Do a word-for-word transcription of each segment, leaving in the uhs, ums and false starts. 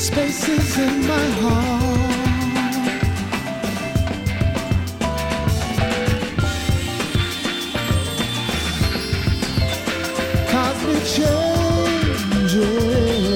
spaces in my heart. Cosmic changes.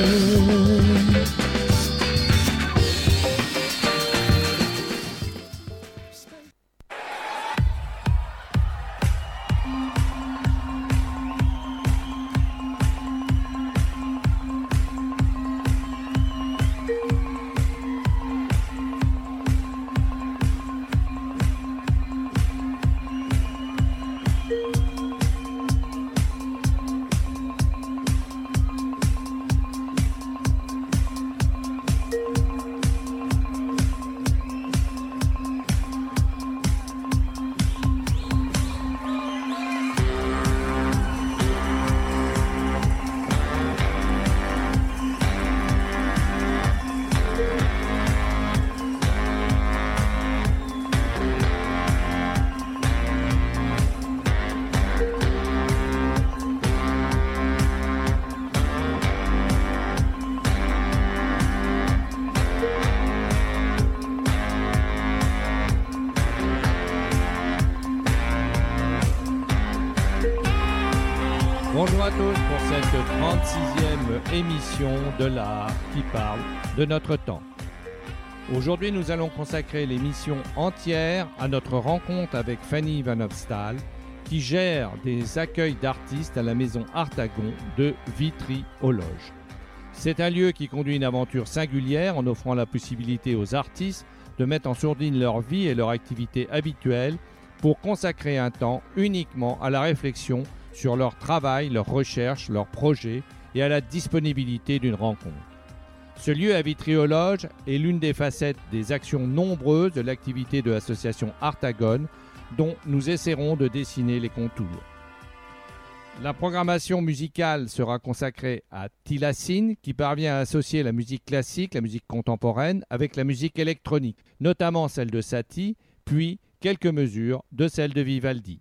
Bonjour à tous pour cette trente-sixième émission de l'art qui parle de notre temps. Aujourd'hui, nous allons consacrer l'émission entière à notre rencontre avec Fanny Van Hofstaal, qui gère des accueils d'artistes à la maison Artagon de Vitry-aux-Loges. C'est un lieu qui conduit une aventure singulière en offrant la possibilité aux artistes de mettre en sourdine leur vie et leur activité habituelle pour consacrer un temps uniquement à la réflexion sur leur travail, leurs recherches, leurs projets et à la disponibilité d'une rencontre. Ce lieu à Vitry-aux-Loges est l'une des facettes des actions nombreuses de l'activité de l'association Artagon, dont nous essaierons de dessiner les contours. La programmation musicale sera consacrée à Tilassine, qui parvient à associer la musique classique, la musique contemporaine, avec la musique électronique, notamment celle de Satie, puis quelques mesures de celle de Vivaldi.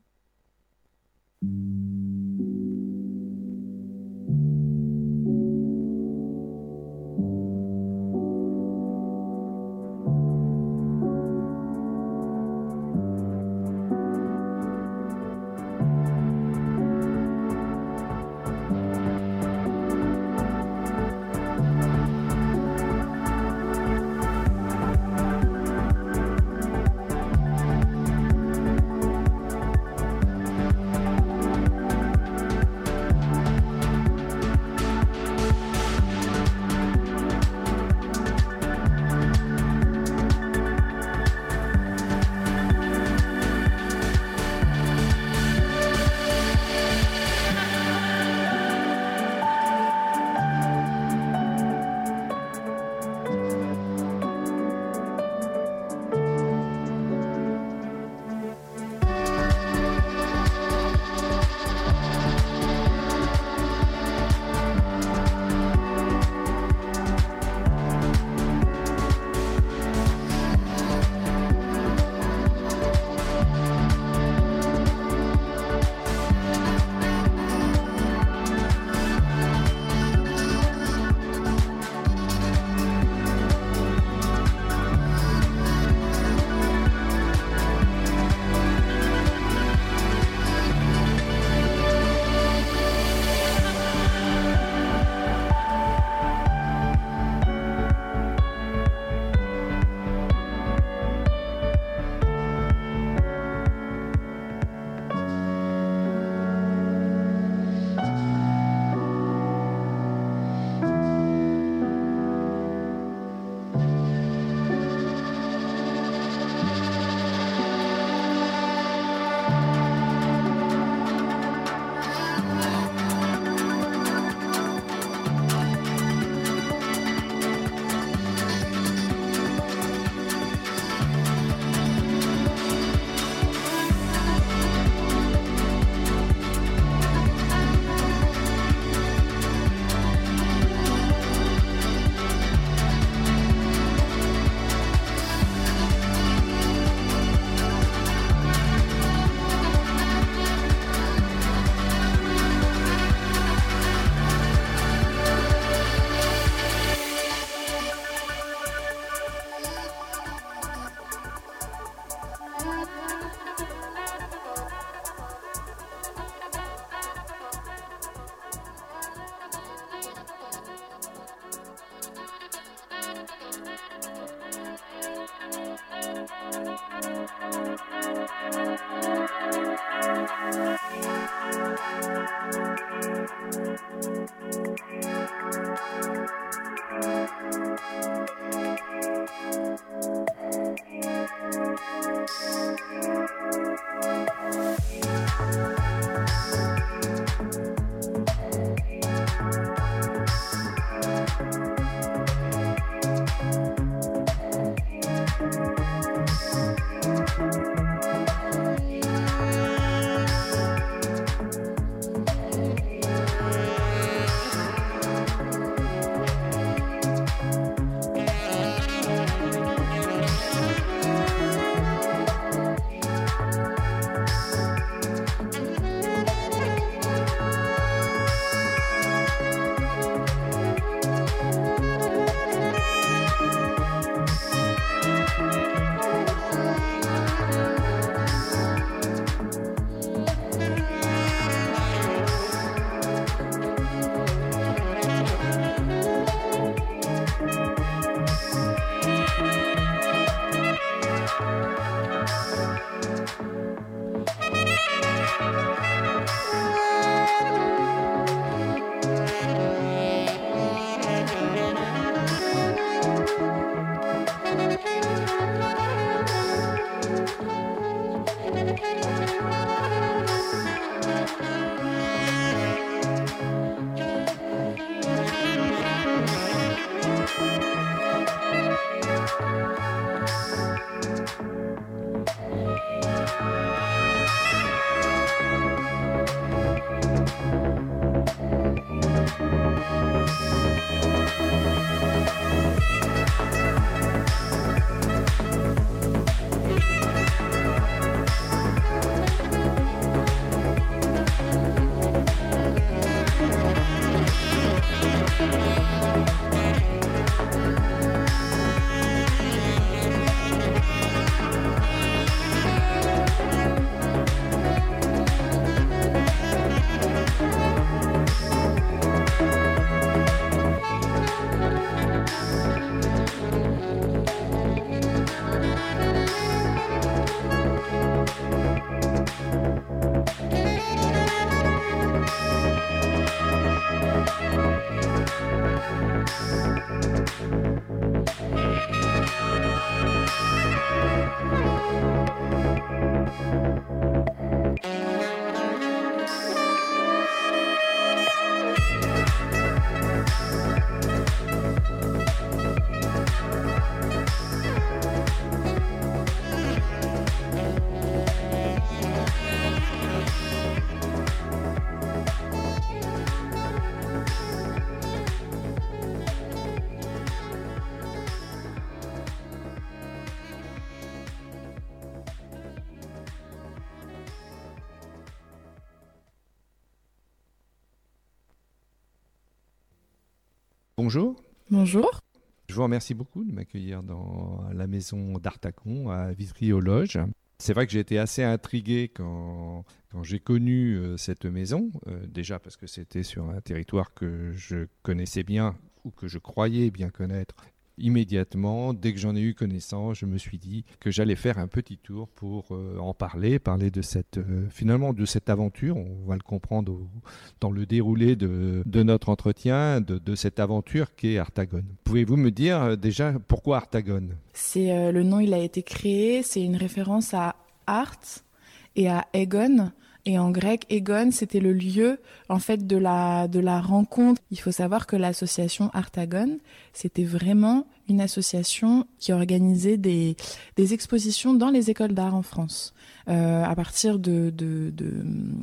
Bonjour. Bonjour. Je vous remercie beaucoup de m'accueillir dans la maison d'Artacon à Vitry-aux-Loges. C'est vrai que j'ai été assez intrigué quand, quand j'ai connu euh, cette maison, euh, déjà parce que c'était sur un territoire que je connaissais bien ou que je croyais bien connaître. Immédiatement, dès que j'en ai eu connaissance, je me suis dit que j'allais faire un petit tour pour euh, en parler, parler de cette, euh, finalement de cette aventure. On va le comprendre au, dans le déroulé de, de notre entretien, de, de cette aventure qu'est Artagone. Pouvez-vous me dire euh, déjà pourquoi Artagone ? C'est euh, le nom, il a été créé, c'est une référence à Art et à Egon. Et en grec, Egon, c'était le lieu en fait de la de la rencontre. Il faut savoir que l'association Artagone, c'était vraiment une association qui organisait des des expositions dans les écoles d'art en France, euh, à partir de de, de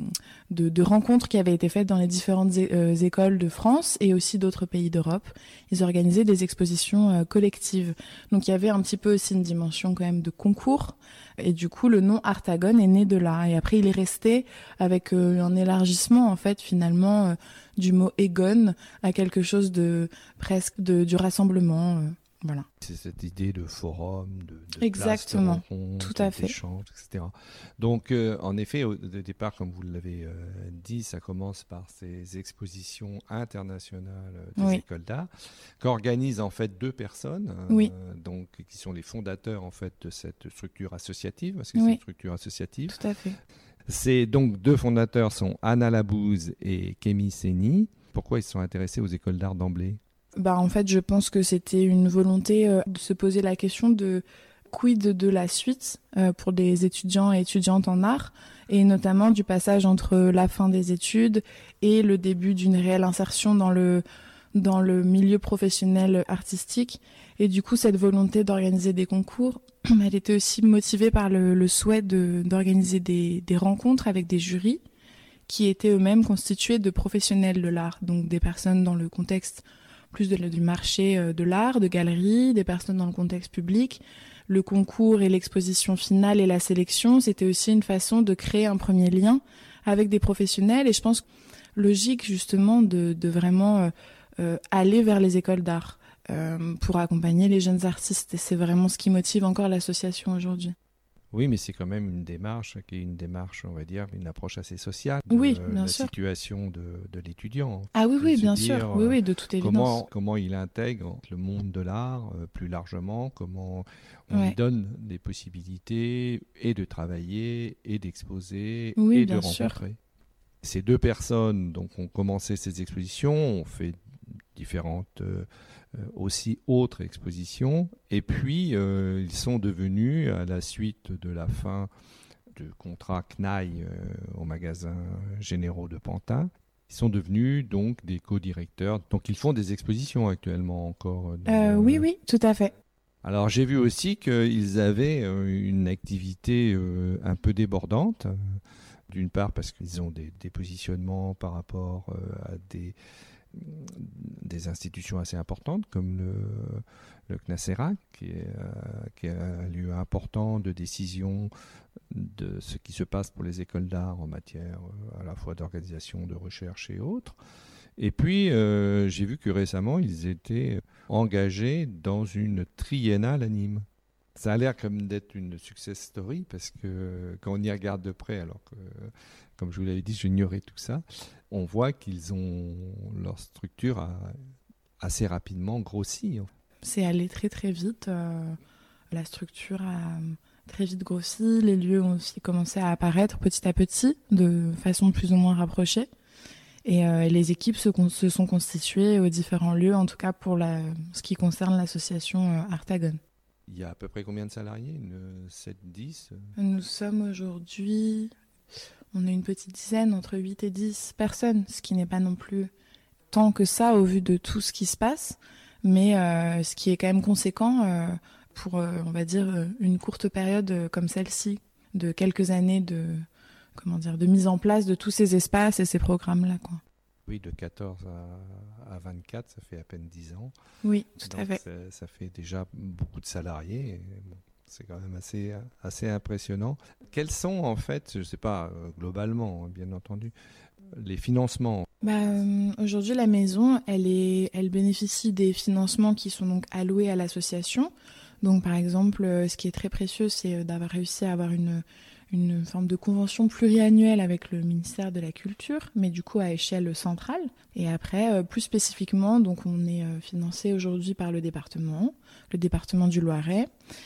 de de rencontres qui avaient été faites dans les différentes é- euh, écoles de France et aussi d'autres pays d'Europe. Ils organisaient des expositions euh, collectives. Donc il y avait un petit peu aussi une dimension quand même de concours. Et du coup, le nom Artagone est né de là. Et après, il est resté avec euh, un élargissement, en fait, finalement, euh, du mot Egon à quelque chose de presque de, du rassemblement. Euh, voilà. C'est cette idée de forum, de, de Exactement, place, de rencontre, tout à fait. d'échange, et cetera. Donc, euh, en effet, au, au départ, comme vous l'avez euh, dit, ça commence par ces expositions internationales des Oui. écoles d'art qu'organisent en fait deux personnes, euh, Oui. donc qui sont les fondateurs en fait de cette structure associative, parce que Oui. c'est une structure associative. Tout à fait. Ces donc deux fondateurs sont Anna Labouze et Kémy Séni. Pourquoi ils se sont intéressés aux écoles d'art d'emblée ? Bah, en fait, je pense que c'était une volonté euh, de se poser la question de quid de la suite euh, pour des étudiants et étudiantes en art, et notamment du passage entre la fin des études et le début d'une réelle insertion dans le, dans le milieu professionnel artistique. Et du coup, cette volonté d'organiser des concours, elle était aussi motivée par le, le souhait de, d'organiser des, des rencontres avec des jurys qui étaient eux-mêmes constitués de professionnels de l'art, donc des personnes dans le contexte plus de, du marché de l'art, de galeries, des personnes dans le contexte public. Le concours et l'exposition finale et la sélection, c'était aussi une façon de créer un premier lien avec des professionnels. Et je pense logique justement de, de vraiment euh, aller vers les écoles d'art euh, pour accompagner les jeunes artistes. Et c'est vraiment ce qui motive encore l'association aujourd'hui. Oui, mais c'est quand même une démarche qui est une démarche, on va dire, une approche assez sociale de oui, euh, bien la sûr. situation de, de l'étudiant. Ah oui, oui, bien dire, sûr. Oui, oui, de toute évidence. Comment, comment il intègre le monde de l'art euh, plus largement, comment on ouais. lui donne des possibilités et de travailler et d'exposer oui, et bien de sûr. rencontrer. Ces deux personnes donc, ont commencé ces expositions, ont fait différentes euh, euh, aussi autres expositions, et puis euh, ils sont devenus, à la suite de la fin du contrat C N A I euh, au magasin Généraux de Pantin, ils sont devenus donc des co-directeurs. Donc ils font des expositions actuellement encore. Dans euh, le... Oui, oui, tout à fait. Alors j'ai vu aussi qu'ils avaient euh, une activité euh, un peu débordante. D'une part parce qu'ils ont des, des positionnements par rapport euh, à des, des institutions assez importantes comme le, le C N A C E R A C, qui est, euh, qui est un lieu important de décision de ce qui se passe pour les écoles d'art en matière euh, à la fois d'organisation, de recherche et autres. Et puis euh, j'ai vu que récemment ils étaient engagés dans une triennale à Nîmes. Ça a l'air comme d'être une success story parce que quand on y regarde de près, alors que, comme je vous l'avais dit, j'ignorais tout ça, on voit qu'ils ont, leur structure a assez rapidement grossi. C'est allé très très vite. Euh, la structure a très vite grossi. Les lieux ont aussi commencé à apparaître petit à petit, de façon plus ou moins rapprochée. Et euh, les équipes se, con- se sont constituées aux différents lieux, en tout cas pour la, ce qui concerne l'association euh, Artagon. Il y a à peu près combien de salariés? Une sept dix? Nous sommes aujourd'hui, on est une petite dizaine, entre huit et dix personnes, ce qui n'est pas non plus tant que ça au vu de tout ce qui se passe, mais euh, ce qui est quand même conséquent euh, pour, euh, on va dire, une courte période euh, comme celle-ci, de quelques années de, comment dire, de mise en place de tous ces espaces et ces programmes-là, quoi. Oui, de quatorze à, à vingt-quatre, ça fait à peine dix ans. Oui, tout Donc à fait. Ça, ça fait déjà beaucoup de salariés. Et bon, c'est quand même assez, assez impressionnant. Quels sont, en fait, je ne sais pas, euh, globalement, bien entendu, les financements? Bah, euh, aujourd'hui, la maison, elle, est, elle bénéficie des financements qui sont donc alloués à l'association. Donc, par exemple, euh, ce qui est très précieux, c'est d'avoir réussi à avoir une... une forme de convention pluriannuelle avec le ministère de la Culture, mais du coup à échelle centrale. Et après, euh, plus spécifiquement, donc on est euh, financé aujourd'hui par le département, le département du Loiret,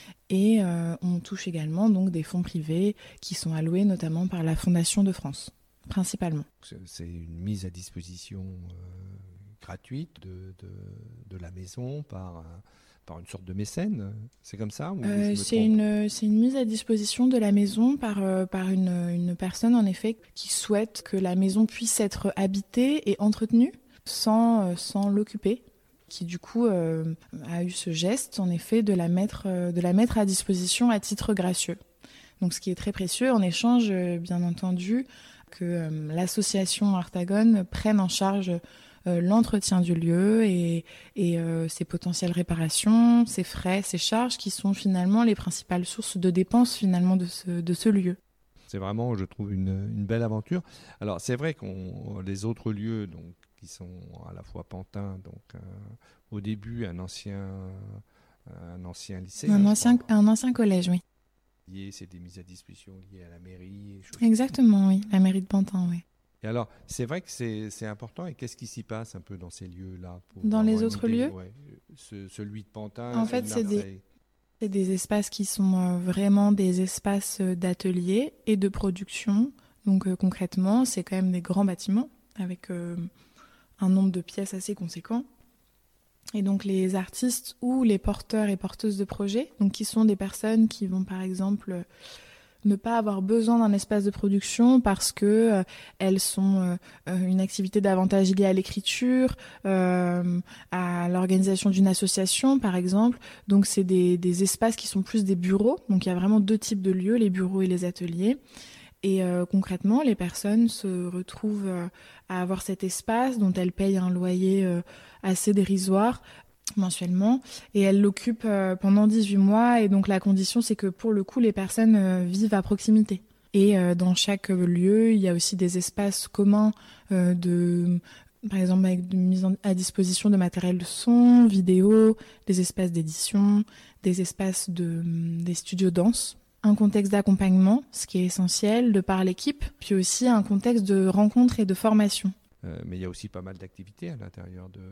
et euh, on touche également donc des fonds privés qui sont alloués notamment par la Fondation de France, principalement. C'est une mise à disposition euh, gratuite de, de, de la maison par... un... par une sorte de mécène, c'est comme ça ou euh, c'est, une, c'est une mise à disposition de la maison par, euh, par une, une personne, en effet, qui souhaite que la maison puisse être habitée et entretenue sans, euh, sans l'occuper, qui du coup euh, a eu ce geste, en effet, de la, mettre, euh, de la mettre à disposition à titre gracieux. Donc ce qui est très précieux, en échange, euh, bien entendu, que euh, l'association Artagon prenne en charge Euh, l'entretien du lieu et, et euh, ses potentielles réparations, ses frais, ses charges qui sont finalement les principales sources de dépenses finalement de ce, de ce lieu. C'est vraiment, je trouve, une, une belle aventure. Alors c'est vrai qu'on les autres lieux donc, qui sont à la fois Pantin, donc euh, au début un ancien, un ancien lycée. Un, hein, ancien, un ancien collège, oui. C'est des mises à disposition liées à la mairie. Exactement, oui, la mairie de Pantin, oui. Et alors, c'est vrai que c'est, c'est important. Et qu'est-ce qui s'y passe un peu dans ces lieux-là pour Dans les autres idée, lieux ouais. Ce, Celui de Pantin. En fait, c'est des, c'est des espaces qui sont euh, vraiment des espaces d'atelier et de production. Donc euh, concrètement, c'est quand même des grands bâtiments avec euh, un nombre de pièces assez conséquent. Et donc les artistes ou les porteurs et porteuses de projets, donc qui sont des personnes qui vont par exemple ne pas avoir besoin d'un espace de production parce que euh, elles sont euh, une activité davantage liée à l'écriture, euh, à l'organisation d'une association par exemple. Donc c'est des, des espaces qui sont plus des bureaux. Donc il y a vraiment deux types de lieux, les bureaux et les ateliers. Et euh, concrètement, les personnes se retrouvent euh, à avoir cet espace dont elles payent un loyer euh, assez dérisoire mensuellement, et elles l'occupent euh, pendant dix-huit mois. Et donc la condition, c'est que pour le coup, les personnes euh, vivent à proximité. Et euh, dans chaque lieu, il y a aussi des espaces communs euh, de... Par exemple, avec de mise à disposition de matériel de son, vidéo, des espaces d'édition, des espaces de, des studios danse. Un contexte d'accompagnement, ce qui est essentiel, de par l'équipe, puis aussi un contexte de rencontre et de formation. Euh, mais il y a aussi pas mal d'activités à l'intérieur de,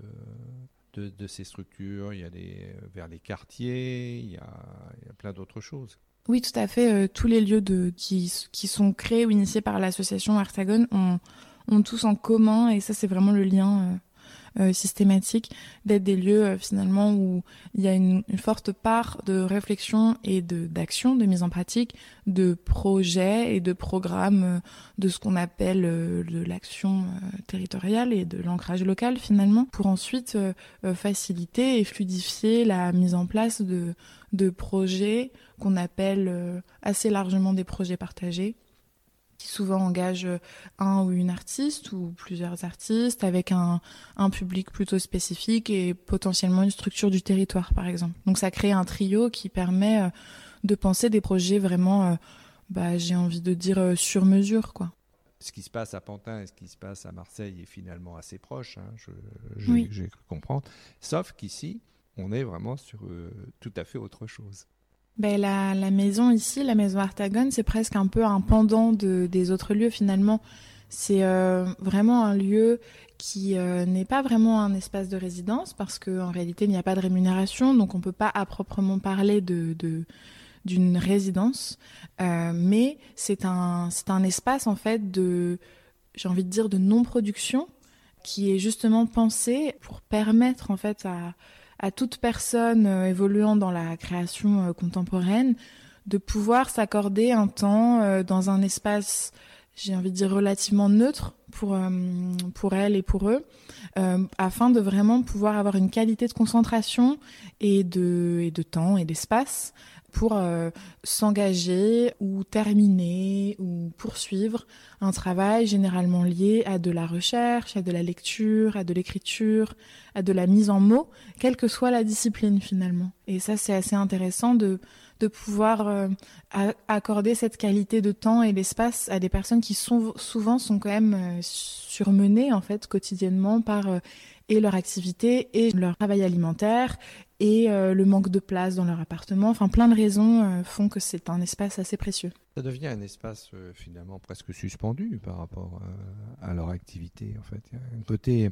de, de ces structures. Il y a les, vers les quartiers, il y a, il y a plein d'autres choses. Oui, tout à fait. Euh, tous les lieux de, qui, qui sont créés ou initiés par l'association Artagone ont, ont tous en commun, et ça c'est vraiment le lien euh, euh, systématique, d'être des lieux euh, finalement où il y a une, une forte part de réflexion et de, d'action, de mise en pratique, de projets et de programmes, euh, de ce qu'on appelle euh, de l'action euh, territoriale et de l'ancrage local finalement, pour ensuite euh, euh, faciliter et fluidifier la mise en place de, de projets qu'on appelle euh, assez largement des projets partagés, qui souvent engagent un ou une artiste ou plusieurs artistes avec un, un public plutôt spécifique et potentiellement une structure du territoire, par exemple. Donc ça crée un trio qui permet euh, de penser des projets vraiment, euh, bah, j'ai envie de dire, euh, sur mesure, quoi. Ce qui se passe à Pantin et ce qui se passe à Marseille est finalement assez proche, hein, je, je, Oui. j'ai cru comprendre. Sauf qu'ici, on est vraiment sur euh, tout à fait autre chose. Ben, la, la maison ici, la maison Artagone, c'est presque un peu un pendant de, des autres lieux finalement. C'est euh, vraiment un lieu qui euh, n'est pas vraiment un espace de résidence parce qu'en réalité, il n'y a pas de rémunération, donc on ne peut pas à proprement parler de, de, d'une résidence. Euh, mais c'est un, c'est un espace en fait de, j'ai envie de dire, de non-production qui est justement pensé pour permettre en fait à à toute personne euh, évoluant dans la création euh, contemporaine de pouvoir s'accorder un temps euh, dans un espace, j'ai envie de dire, relativement neutre pour, euh, pour elle et pour eux, euh, afin de vraiment pouvoir avoir une qualité de concentration et de, et de temps et d'espace pour euh, s'engager ou terminer ou poursuivre un travail généralement lié à de la recherche, à de la lecture, à de l'écriture, à de la mise en mots, quelle que soit la discipline finalement. Et ça, c'est assez intéressant de, de pouvoir euh, a- accorder cette qualité de temps et d'espace à des personnes qui sont, souvent sont quand même euh, surmenées en fait quotidiennement par euh, et leur activité et leur travail alimentaire et euh, le manque de place dans leur appartement. Enfin, plein de raisons euh, font que c'est un espace assez précieux. Ça devient un espace euh, finalement presque suspendu par rapport euh, à leur activité. En fait, il y a un côté,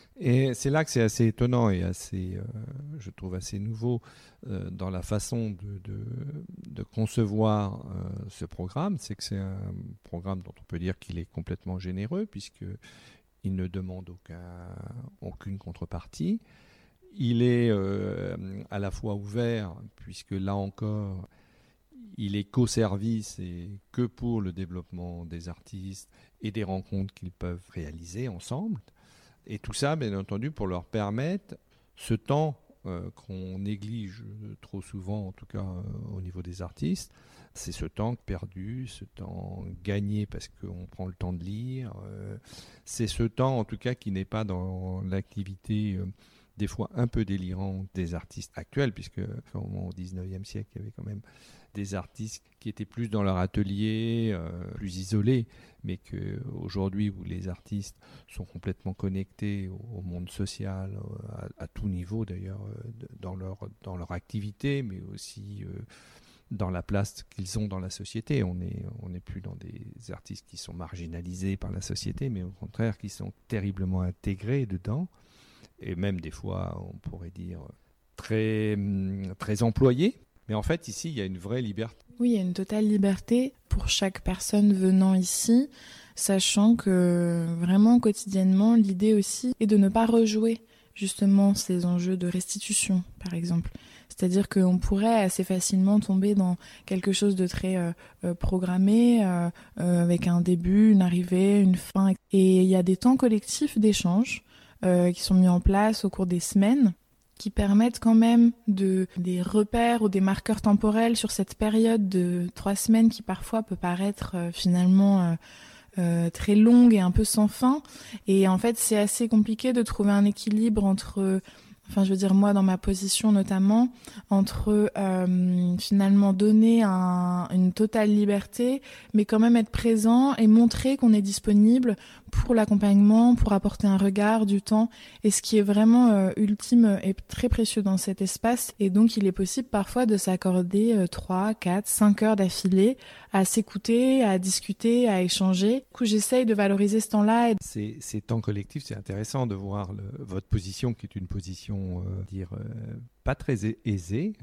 et c'est là que c'est assez étonnant et assez, euh, je trouve assez nouveau euh, dans la façon de, de, de concevoir euh, ce programme. C'est que c'est un programme dont on peut dire qu'il est complètement généreux puisque il ne demande aucun, aucune contrepartie. Il est euh, à la fois ouvert, puisque là encore, il est qu'au service et que pour le développement des artistes et des rencontres qu'ils peuvent réaliser ensemble. Et tout ça, bien entendu, pour leur permettre ce temps euh, qu'on néglige trop souvent, en tout cas euh, au niveau des artistes. C'est ce temps perdu, ce temps gagné parce qu'on prend le temps de lire. Euh, c'est ce temps, en tout cas, qui n'est pas dans l'activité... Euh, des fois un peu délirant des artistes actuels, puisque au dix-neuvième siècle, il y avait quand même des artistes qui étaient plus dans leur atelier, euh, plus isolés, mais qu'aujourd'hui, où les artistes sont complètement connectés au, au monde social, à, à tout niveau d'ailleurs, euh, dans, leur, dans leur activité, mais aussi euh, dans la place qu'ils ont dans la société. On n'est on n'est plus dans des artistes qui sont marginalisés par la société, mais au contraire, qui sont terriblement intégrés dedans. Et même des fois, on pourrait dire, très, très employé. Mais en fait, ici, il y a une vraie liberté. Oui, il y a une totale liberté pour chaque personne venant ici, sachant que vraiment, quotidiennement, l'idée aussi est de ne pas rejouer justement ces enjeux de restitution, par exemple. C'est-à-dire qu'on pourrait assez facilement tomber dans quelque chose de très euh, euh, programmé, euh, euh, avec un début, une arrivée, une fin. Et il y a des temps collectifs d'échange euh, qui sont mis en place au cours des semaines, qui permettent quand même de, des repères ou des marqueurs temporels sur cette période de trois semaines qui parfois peut paraître euh, finalement euh, euh, très longue et un peu sans fin. Et en fait, c'est assez compliqué de trouver un équilibre entre... Enfin, je veux dire, moi, dans ma position notamment, entre euh, finalement donner un, une totale liberté, mais quand même être présent et montrer qu'on est disponible pour l'accompagnement, pour apporter un regard, du temps. Et ce qui est vraiment euh, ultime et très précieux dans cet espace. Et donc, il est possible parfois de s'accorder euh, trois, quatre, cinq heures d'affilée à s'écouter, à discuter, à échanger. Du coup, j'essaye de valoriser ce temps-là. Ces, ces temps collectifs, c'est intéressant de voir le, votre position, qui est une position Euh, dire euh, pas très aisée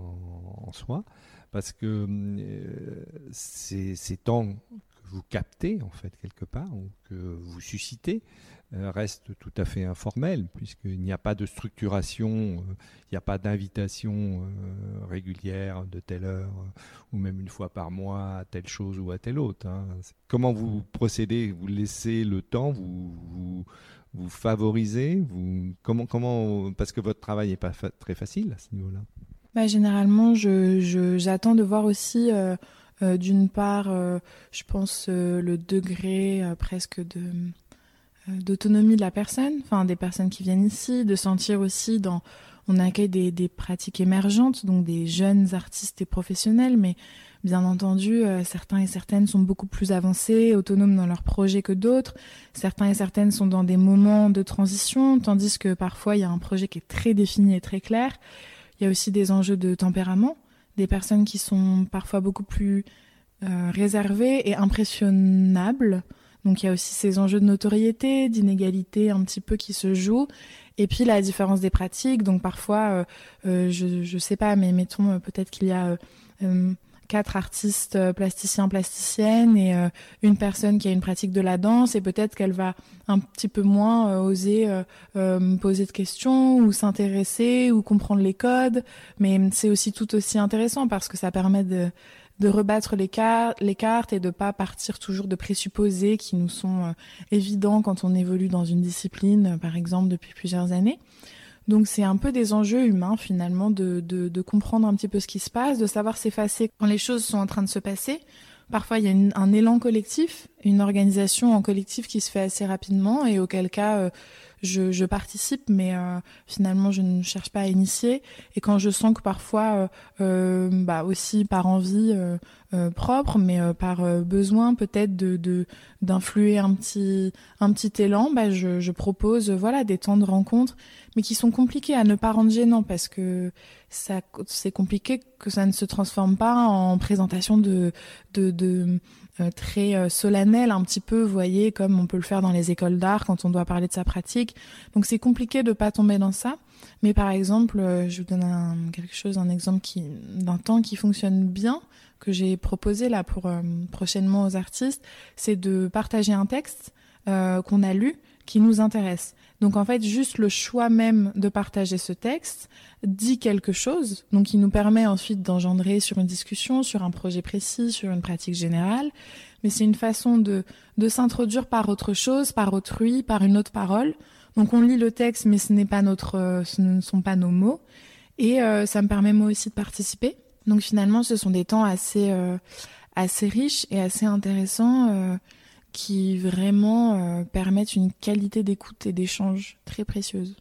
en, en soi, parce que euh, ces, ces temps que vous captez en fait quelque part ou que vous suscitez euh, restent tout à fait informels, puisqu'il n'y a pas de structuration, euh, il n'y a pas d'invitation euh, régulière de telle heure euh, ou même une fois par mois à telle chose ou à telle autre, hein. Comment vous procédez? Vous laissez le temps, vous, vous Vous favorisez, vous comment comment parce que votre travail n'est pas fa- très facile à ce niveau-là. Bah, généralement, je, je j'attends de voir aussi euh, euh, d'une part, euh, je pense euh, le degré euh, presque de euh, d'autonomie de la personne, enfin des personnes qui viennent ici, de sentir aussi dans on accueille des des pratiques émergentes, donc des jeunes artistes et professionnels, mais bien entendu, euh, certains et certaines sont beaucoup plus avancés, autonomes dans leurs projets que d'autres. Certains et certaines sont dans des moments de transition, tandis que parfois il y a un projet qui est très défini et très clair. Il y a aussi des enjeux de tempérament, des personnes qui sont parfois beaucoup plus euh, réservées et impressionnables. Donc il y a aussi ces enjeux de notoriété, d'inégalité un petit peu qui se jouent. Et puis la différence des pratiques. Donc parfois, euh, euh, je je sais pas, mais mettons euh, peut-être qu'il y a... Euh, euh, quatre artistes plasticiens, plasticiennes et euh, une personne qui a une pratique de la danse et peut-être qu'elle va un petit peu moins euh, oser euh, euh, me poser de questions ou s'intéresser ou comprendre les codes. Mais c'est aussi tout aussi intéressant parce que ça permet de, de rebattre les, car- les cartes et de pas partir toujours de présupposés qui nous sont euh, évidents quand on évolue dans une discipline, par exemple, depuis plusieurs années. Donc c'est un peu des enjeux humains finalement de, de, de comprendre un petit peu ce qui se passe, de savoir s'effacer quand les choses sont en train de se passer. Parfois il y a une, un élan collectif, une organisation en collectif qui se fait assez rapidement et auquel cas euh, je, je participe mais euh, finalement je ne cherche pas à initier. Et quand je sens que parfois, euh, euh, bah aussi par envie euh, euh, propre mais euh, par euh, besoin peut-être de, de, d'influer un petit, un petit élan, bah je, je propose euh, voilà, des temps de rencontre mais qui sont compliqués à ne pas rendre gênants parce que ça, c'est compliqué que ça ne se transforme pas en présentation de, de, de euh, très euh, solennelle, un petit peu, vous voyez, comme on peut le faire dans les écoles d'art quand on doit parler de sa pratique. Donc c'est compliqué de pas tomber dans ça. Mais par exemple, euh, je vous donne un, quelque chose, un exemple qui, d'un temps qui fonctionne bien, que j'ai proposé là pour euh, prochainement aux artistes, c'est de partager un texte euh, qu'on a lu qui nous intéresse. Donc en fait, juste le choix même de partager ce texte dit quelque chose, donc il nous permet ensuite d'engendrer sur une discussion, sur un projet précis, sur une pratique générale, mais c'est une façon de, de s'introduire par autre chose, par autrui, par une autre parole. Donc on lit le texte, mais ce n'est pas notre, ce ne sont pas nos mots, et euh, ça me permet moi aussi de participer. Donc finalement, ce sont des temps assez, euh, assez riches et assez intéressants, euh, qui vraiment euh, permettent une qualité d'écoute et d'échange très précieuse.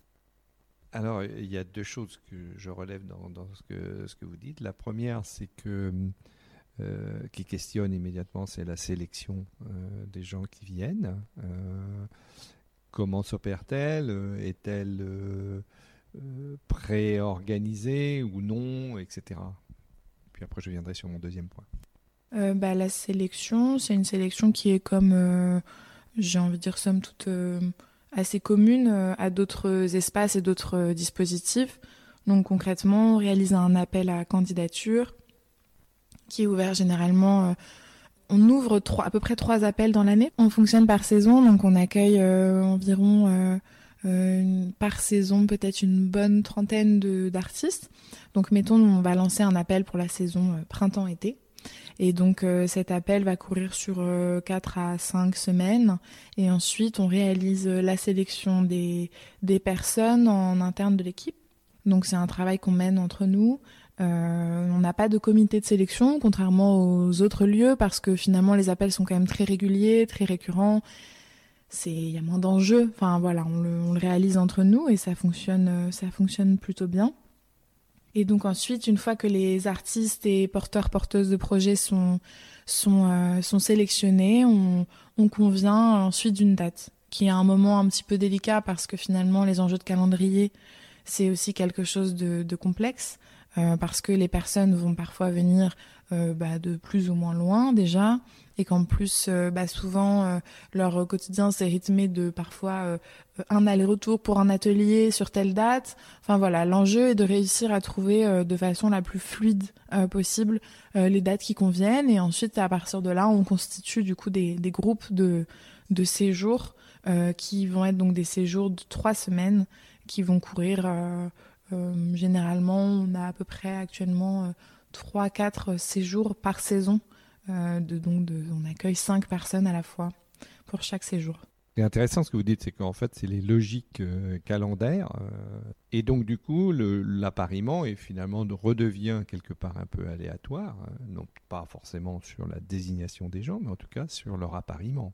Alors, il y a deux choses que je relève dans, dans ce, que, ce que vous dites. La première, c'est que, euh, qui questionne immédiatement, c'est la sélection euh, des gens qui viennent. Euh, comment s'opère-t-elle? Est-elle euh, euh, pré-organisée ou non, et cetera. Puis après, je viendrai sur mon deuxième point. Euh, bah, la sélection, c'est une sélection qui est comme, euh, j'ai envie de dire, somme toute euh, assez commune euh, à d'autres espaces et d'autres euh, dispositifs. Donc concrètement, on réalise un appel à candidature qui est ouvert généralement. Euh, on ouvre trois, à peu près trois appels dans l'année. On fonctionne par saison, donc on accueille euh, environ euh, euh, par saison peut-être une bonne trentaine de, d'artistes. Donc mettons, on va lancer un appel pour la saison euh, printemps-été. Et donc euh, cet appel va courir sur euh, quatre à cinq semaines. Et ensuite, on réalise la sélection des, des personnes en interne de l'équipe. Donc c'est un travail qu'on mène entre nous. Euh, on n'a pas de comité de sélection, contrairement aux autres lieux, parce que finalement les appels sont quand même très réguliers, très récurrents. C'est, il y a moins d'enjeux. Enfin voilà, on le, on le réalise entre nous et ça fonctionne, ça fonctionne plutôt bien. Et donc ensuite, une fois que les artistes et porteurs, porteuses de projets sont sont euh, sont sélectionnés, on, on convient ensuite d'une date, qui est un moment un petit peu délicat parce que finalement les enjeux de calendrier, c'est aussi quelque chose de, de complexe. Euh, parce que les personnes vont parfois venir euh, bah, de plus ou moins loin déjà, et qu'en plus, euh, bah, souvent, euh, leur quotidien s'est rythmé de parfois euh, un aller-retour pour un atelier sur telle date. Enfin voilà, l'enjeu est de réussir à trouver euh, de façon la plus fluide euh, possible euh, les dates qui conviennent, et ensuite, à partir de là, on constitue du coup des, des groupes de, de séjours euh, qui vont être donc des séjours de trois semaines qui vont courir... Euh, Euh, généralement, on a à peu près actuellement euh, trois à quatre séjours par saison. Euh, de, donc de, on accueille cinq personnes à la fois pour chaque séjour. C'est intéressant ce que vous dites, c'est qu'en fait, c'est les logiques euh, calendaires. Euh, et donc, du coup, le, l'appariement est finalement de, redevient quelque part un peu aléatoire. Euh, non pas forcément sur la désignation des gens, mais en tout cas sur leur appariement.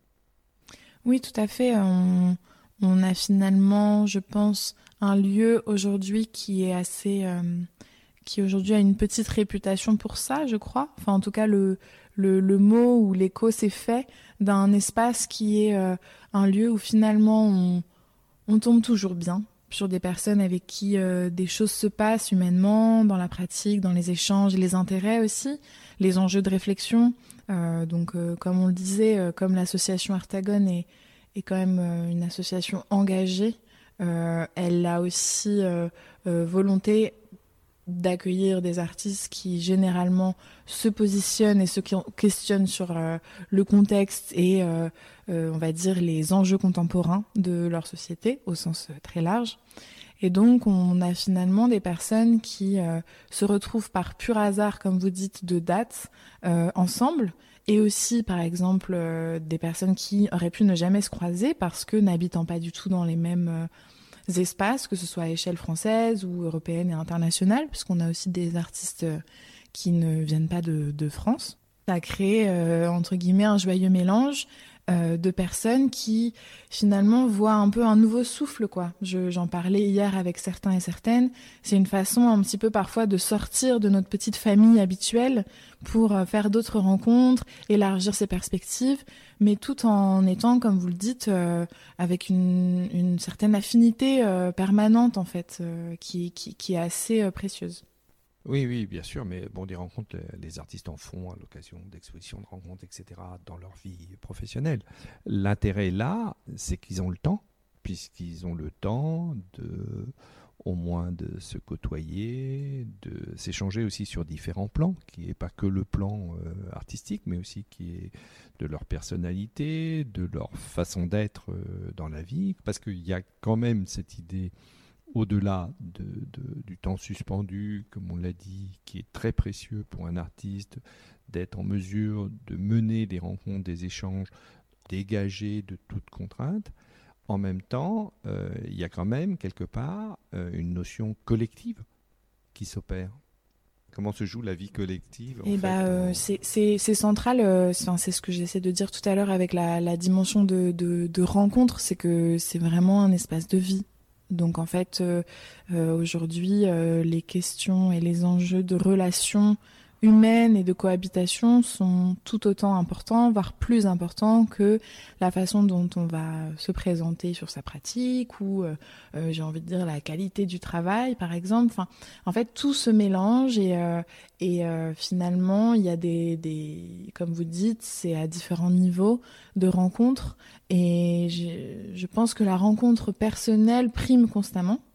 Oui, tout à fait. On... On a finalement, je pense, un lieu aujourd'hui qui est assez, euh, qui aujourd'hui a une petite réputation pour ça, je crois. Enfin, en tout cas, le le, le mot ou l'écho s'est fait d'un espace qui est euh, un lieu où finalement on, on tombe toujours bien sur des personnes avec qui euh, des choses se passent humainement, dans la pratique, dans les échanges, les intérêts aussi, les enjeux de réflexion. Euh, donc, euh, comme on le disait, euh, comme l'association Artagone est est quand même euh, une association engagée. Euh, elle a aussi euh, euh, volonté d'accueillir des artistes qui généralement se positionnent et se questionnent sur euh, le contexte et euh, euh, on va dire les enjeux contemporains de leur société au sens très large. Et donc on a finalement des personnes qui euh, se retrouvent par pur hasard, comme vous dites, de date euh, ensemble. Et aussi, par exemple, euh, des personnes qui auraient pu ne jamais se croiser parce que n'habitant pas du tout dans les mêmes euh, espaces, que ce soit à échelle française ou européenne et internationale, puisqu'on a aussi des artistes euh, qui ne viennent pas de, de France. Ça a créé, euh, entre guillemets, un joyeux mélange euh, de personnes qui, finalement, voient un peu un nouveau souffle, quoi. Je, j'en parlais hier avec certains et certaines. C'est une façon un petit peu parfois de sortir de notre petite famille habituelle pour euh, faire d'autres rencontres, élargir ses perspectives, mais tout en étant, comme vous le dites, euh, avec une, une certaine affinité euh, permanente, en fait, euh, qui, qui, qui est assez euh, précieuse. Oui, oui, bien sûr, mais bon, des rencontres, les artistes en font à l'occasion d'expositions, de rencontres, et cetera, dans leur vie professionnelle. L'intérêt là, c'est qu'ils ont le temps, puisqu'ils ont le temps de, au moins de se côtoyer, de s'échanger aussi sur différents plans, qui n'est pas que le plan euh, artistique, mais aussi qui est de leur personnalité, de leur façon d'être euh, dans la vie, parce qu'il y a quand même cette idée au-delà de, de, du temps suspendu, comme on l'a dit, qui est très précieux pour un artiste, d'être en mesure de mener des rencontres, des échanges, dégagés de toute contrainte. En même temps, euh, il y a quand même quelque part euh, une notion collective qui s'opère. Comment se joue la vie collective en Et fait, bah, euh, en... c'est, c'est, c'est central, euh, c'est, c'est ce que j'essaie de dire tout à l'heure avec la, la dimension de, de, de rencontre, c'est que c'est vraiment un espace de vie. Donc en fait, euh, euh, aujourd'hui, euh, les questions et les enjeux de relations humaines et de cohabitation sont tout autant importants, voire plus importants que la façon dont on va se présenter sur sa pratique ou, euh, euh, j'ai envie de dire, la qualité du travail, par exemple. Enfin, en fait, tout se mélange et, euh, et euh, finalement, il y a des, des, comme vous dites, c'est à différents niveaux de rencontres et je, je pense que la rencontre personnelle prime constamment.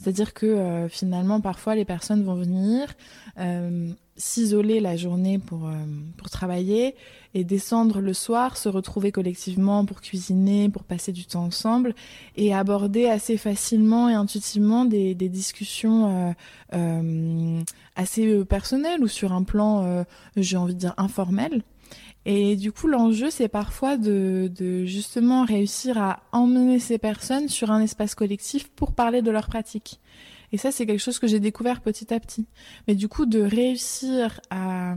C'est-à-dire que euh, finalement, parfois, les personnes vont venir euh, s'isoler la journée pour, euh, pour travailler et descendre le soir, se retrouver collectivement pour cuisiner, pour passer du temps ensemble et aborder assez facilement et intuitivement des, des discussions euh, euh, assez personnelles ou sur un plan, euh, j'ai envie de dire, informel. Et du coup, l'enjeu, c'est parfois de, de justement réussir à emmener ces personnes sur un espace collectif pour parler de leurs pratiques. Et ça, c'est quelque chose que j'ai découvert petit à petit. Mais du coup, de réussir à...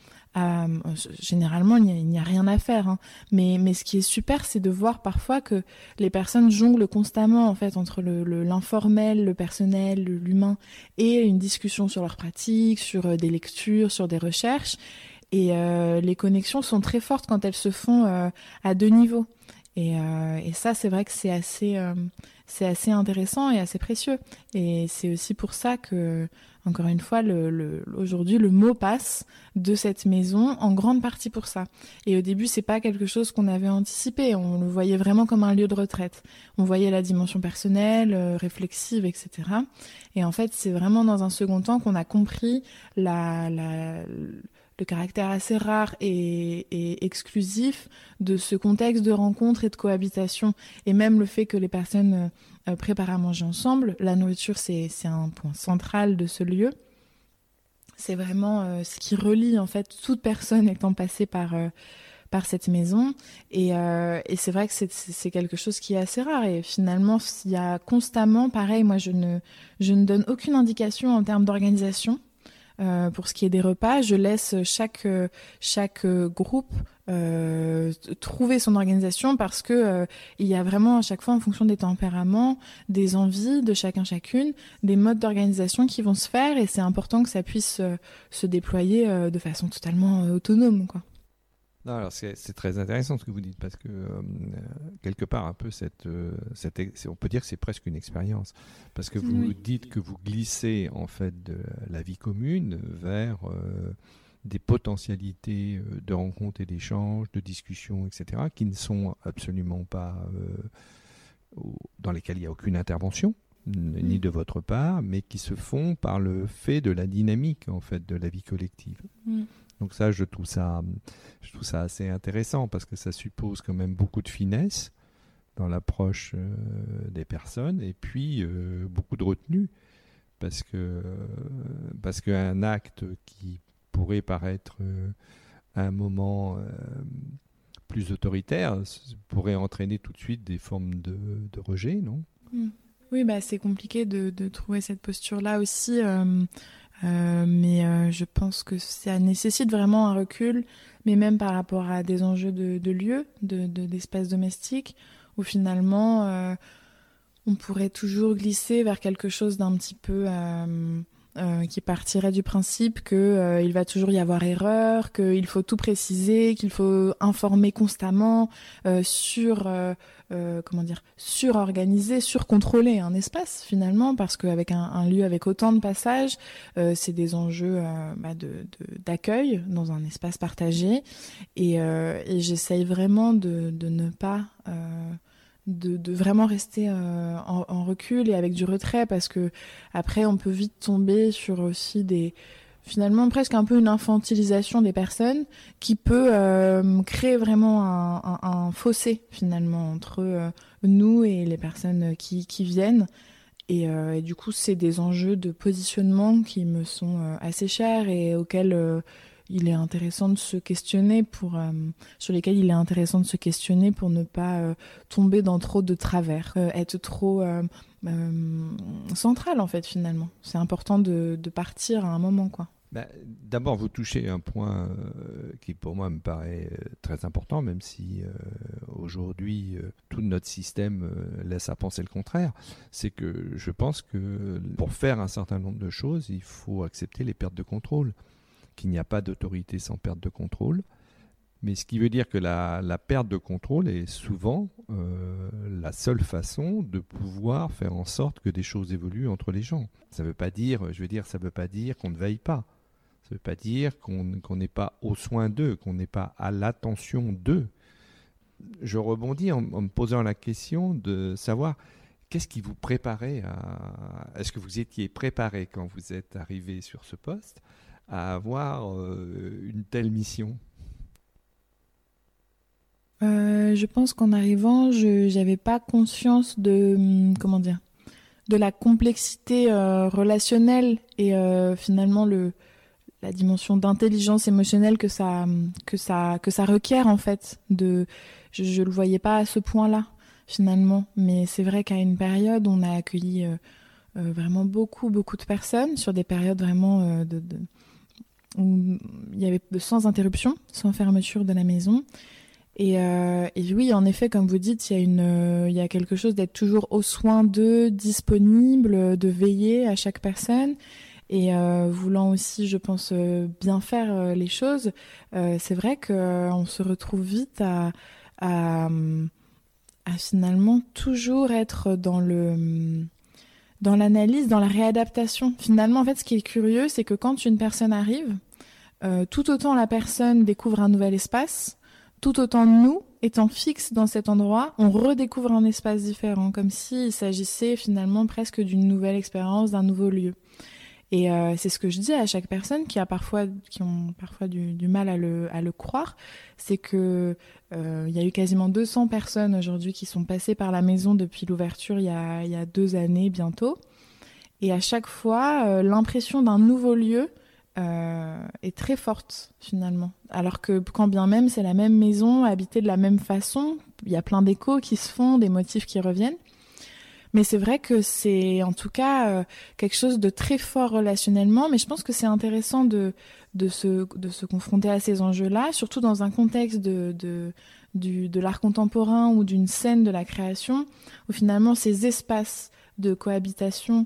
à généralement, il n'y a, il n'y a rien à faire. Hein. Mais, mais ce qui est super, c'est de voir parfois que les personnes jonglent constamment en fait, entre le, le, l'informel, le personnel, le, l'humain, et une discussion sur leurs pratiques, sur des lectures, sur des recherches. Et euh, les connexions sont très fortes quand elles se font euh, à deux niveaux. Et, euh, et ça, c'est vrai que c'est assez, euh, c'est assez intéressant et assez précieux. Et c'est aussi pour ça que, encore une fois, le, le, aujourd'hui, le mot passe de cette maison en grande partie pour ça. Et au début, c'est pas quelque chose qu'on avait anticipé. On le voyait vraiment comme un lieu de retraite. On voyait la dimension personnelle, euh, réflexive, et cetera. Et en fait, c'est vraiment dans un second temps qu'on a compris la... la le caractère assez rare et, et exclusif de ce contexte de rencontre et de cohabitation. Et même le fait que les personnes euh, préparent à manger ensemble, la nourriture, c'est, c'est un point central de ce lieu. C'est vraiment euh, ce qui relie en fait toute personne étant passée par, euh, par cette maison. Et, euh, et c'est vrai que c'est, c'est quelque chose qui est assez rare. Et finalement, il y a constamment, pareil, moi je ne, je ne donne aucune indication en termes d'organisation. Euh, pour ce qui est des repas, je laisse chaque chaque groupe euh, trouver son organisation parce que euh, il y a vraiment à chaque fois en fonction des tempéraments, des envies de chacun chacune, des modes d'organisation qui vont se faire et c'est important que ça puisse euh, se déployer euh, de façon totalement euh, autonome, quoi. Non, alors c'est, c'est très intéressant ce que vous dites parce que euh, quelque part un peu cette, euh, cette, on peut dire que c'est presque une expérience parce que vous oui. dites que vous glissez en fait de la vie commune vers euh, des potentialités de rencontres et d'échanges, de discussions, et cetera, qui ne sont absolument pas euh, dans lesquelles il n'y a aucune intervention ni de votre part, mais qui se font par le fait de la dynamique en fait de la vie collective. Mm. Donc ça, je trouve ça, je trouve ça assez intéressant parce que ça suppose quand même beaucoup de finesse dans l'approche euh, des personnes et puis euh, beaucoup de retenue parce que euh, parce qu'un acte qui pourrait paraître euh, à un moment euh, plus autoritaire pourrait entraîner tout de suite des formes de, de rejet, non ? Mm. Oui, bah, c'est compliqué de, de trouver cette posture-là aussi. Euh... Euh, mais euh, je pense que ça nécessite vraiment un recul, mais même par rapport à des enjeux de, de lieux, de, de, d'espaces domestiques, où finalement euh, on pourrait toujours glisser vers quelque chose d'un petit peu euh, euh, qui partirait du principe qu'il euh, va toujours y avoir erreur, qu'il faut tout préciser, qu'il faut informer constamment euh, sur... Euh, Euh, comment dire, surorganiser, surcontrôler un espace finalement, parce qu'avec un, un lieu avec autant de passages, euh, c'est des enjeux euh, bah, de, de, d'accueil dans un espace partagé. Et, euh, et j'essaye vraiment de, de ne pas... Euh, de, de vraiment rester euh, en, en recul et avec du retrait, parce que après on peut vite tomber sur aussi des... finalement presque un peu une infantilisation des personnes qui peut euh, créer vraiment un, un, un fossé finalement entre euh, nous et les personnes qui, qui viennent. Et, euh, et du coup, c'est des enjeux de positionnement qui me sont euh, assez chers et auxquels euh, il est intéressant de se questionner pour, euh, sur lesquels il est intéressant de se questionner pour ne pas euh, tomber dans trop de travers, euh, être trop euh, euh, central en fait finalement. C'est important de, de partir à un moment, quoi. Ben, d'abord, vous touchez un point euh, qui pour moi me paraît euh, très important, même si euh, aujourd'hui euh, tout notre système euh, laisse à penser le contraire. C'est que je pense que pour faire un certain nombre de choses, il faut accepter les pertes de contrôle, qu'il n'y a pas d'autorité sans perte de contrôle. Mais ce qui veut dire que la, la perte de contrôle est souvent euh, la seule façon de pouvoir faire en sorte que des choses évoluent entre les gens. Ça veut pas dire, je veux dire, ça veut pas dire qu'on ne veille pas. Ça ne veut pas dire qu'on qu'on n'est pas au soin d'eux, qu'on n'est pas à l'attention d'eux. Je rebondis en, en me posant la question de savoir qu'est-ce qui vous préparait à... Est-ce que vous étiez préparé quand vous êtes arrivé sur ce poste à avoir euh, une telle mission ? Euh, je pense qu'en arrivant, je n'avais pas conscience de, hum, comment dire, de la complexité euh, relationnelle et euh, finalement le, la dimension d'intelligence émotionnelle que ça, que ça, que ça requiert en fait. De, je ne le voyais pas à ce point-là finalement, mais c'est vrai qu'à une période, on a accueilli euh, euh, vraiment beaucoup, beaucoup de personnes sur des périodes vraiment euh, de, de, où il y avait sans interruption, sans fermeture de la maison. Et, euh, et oui, en effet, comme vous dites, il y a une, euh, il y a quelque chose d'être toujours au soin d'eux, disponible, de veiller à chaque personne, et euh, voulant aussi, je pense, euh, bien faire euh, les choses. Euh, c'est vrai que euh, on se retrouve vite à, à, à finalement toujours être dans le, dans l'analyse, dans la réadaptation. Finalement, en fait, ce qui est curieux, c'est que quand une personne arrive, euh, tout autant la personne découvre un nouvel espace, tout autant nous, étant fixes dans cet endroit, on redécouvre un espace différent, comme s'il s'agissait finalement presque d'une nouvelle expérience, d'un nouveau lieu. Et euh, c'est ce que je dis à chaque personne qui a parfois, qui ont parfois du, du mal à le, à le croire, c'est que euh, il y a eu quasiment deux cents personnes aujourd'hui qui sont passées par la maison depuis l'ouverture il y a, il y a deux années bientôt. Et à chaque fois, euh, l'impression d'un nouveau lieu Euh, est très forte finalement, alors que quand bien même c'est la même maison, habitée de la même façon, il y a plein d'échos qui se font, des motifs qui reviennent, mais c'est vrai que c'est en tout cas euh, quelque chose de très fort relationnellement, mais je pense que c'est intéressant de, de, se, de se confronter à ces enjeux-là, surtout dans un contexte de, de, du, de l'art contemporain ou d'une scène de la création, où finalement ces espaces de cohabitation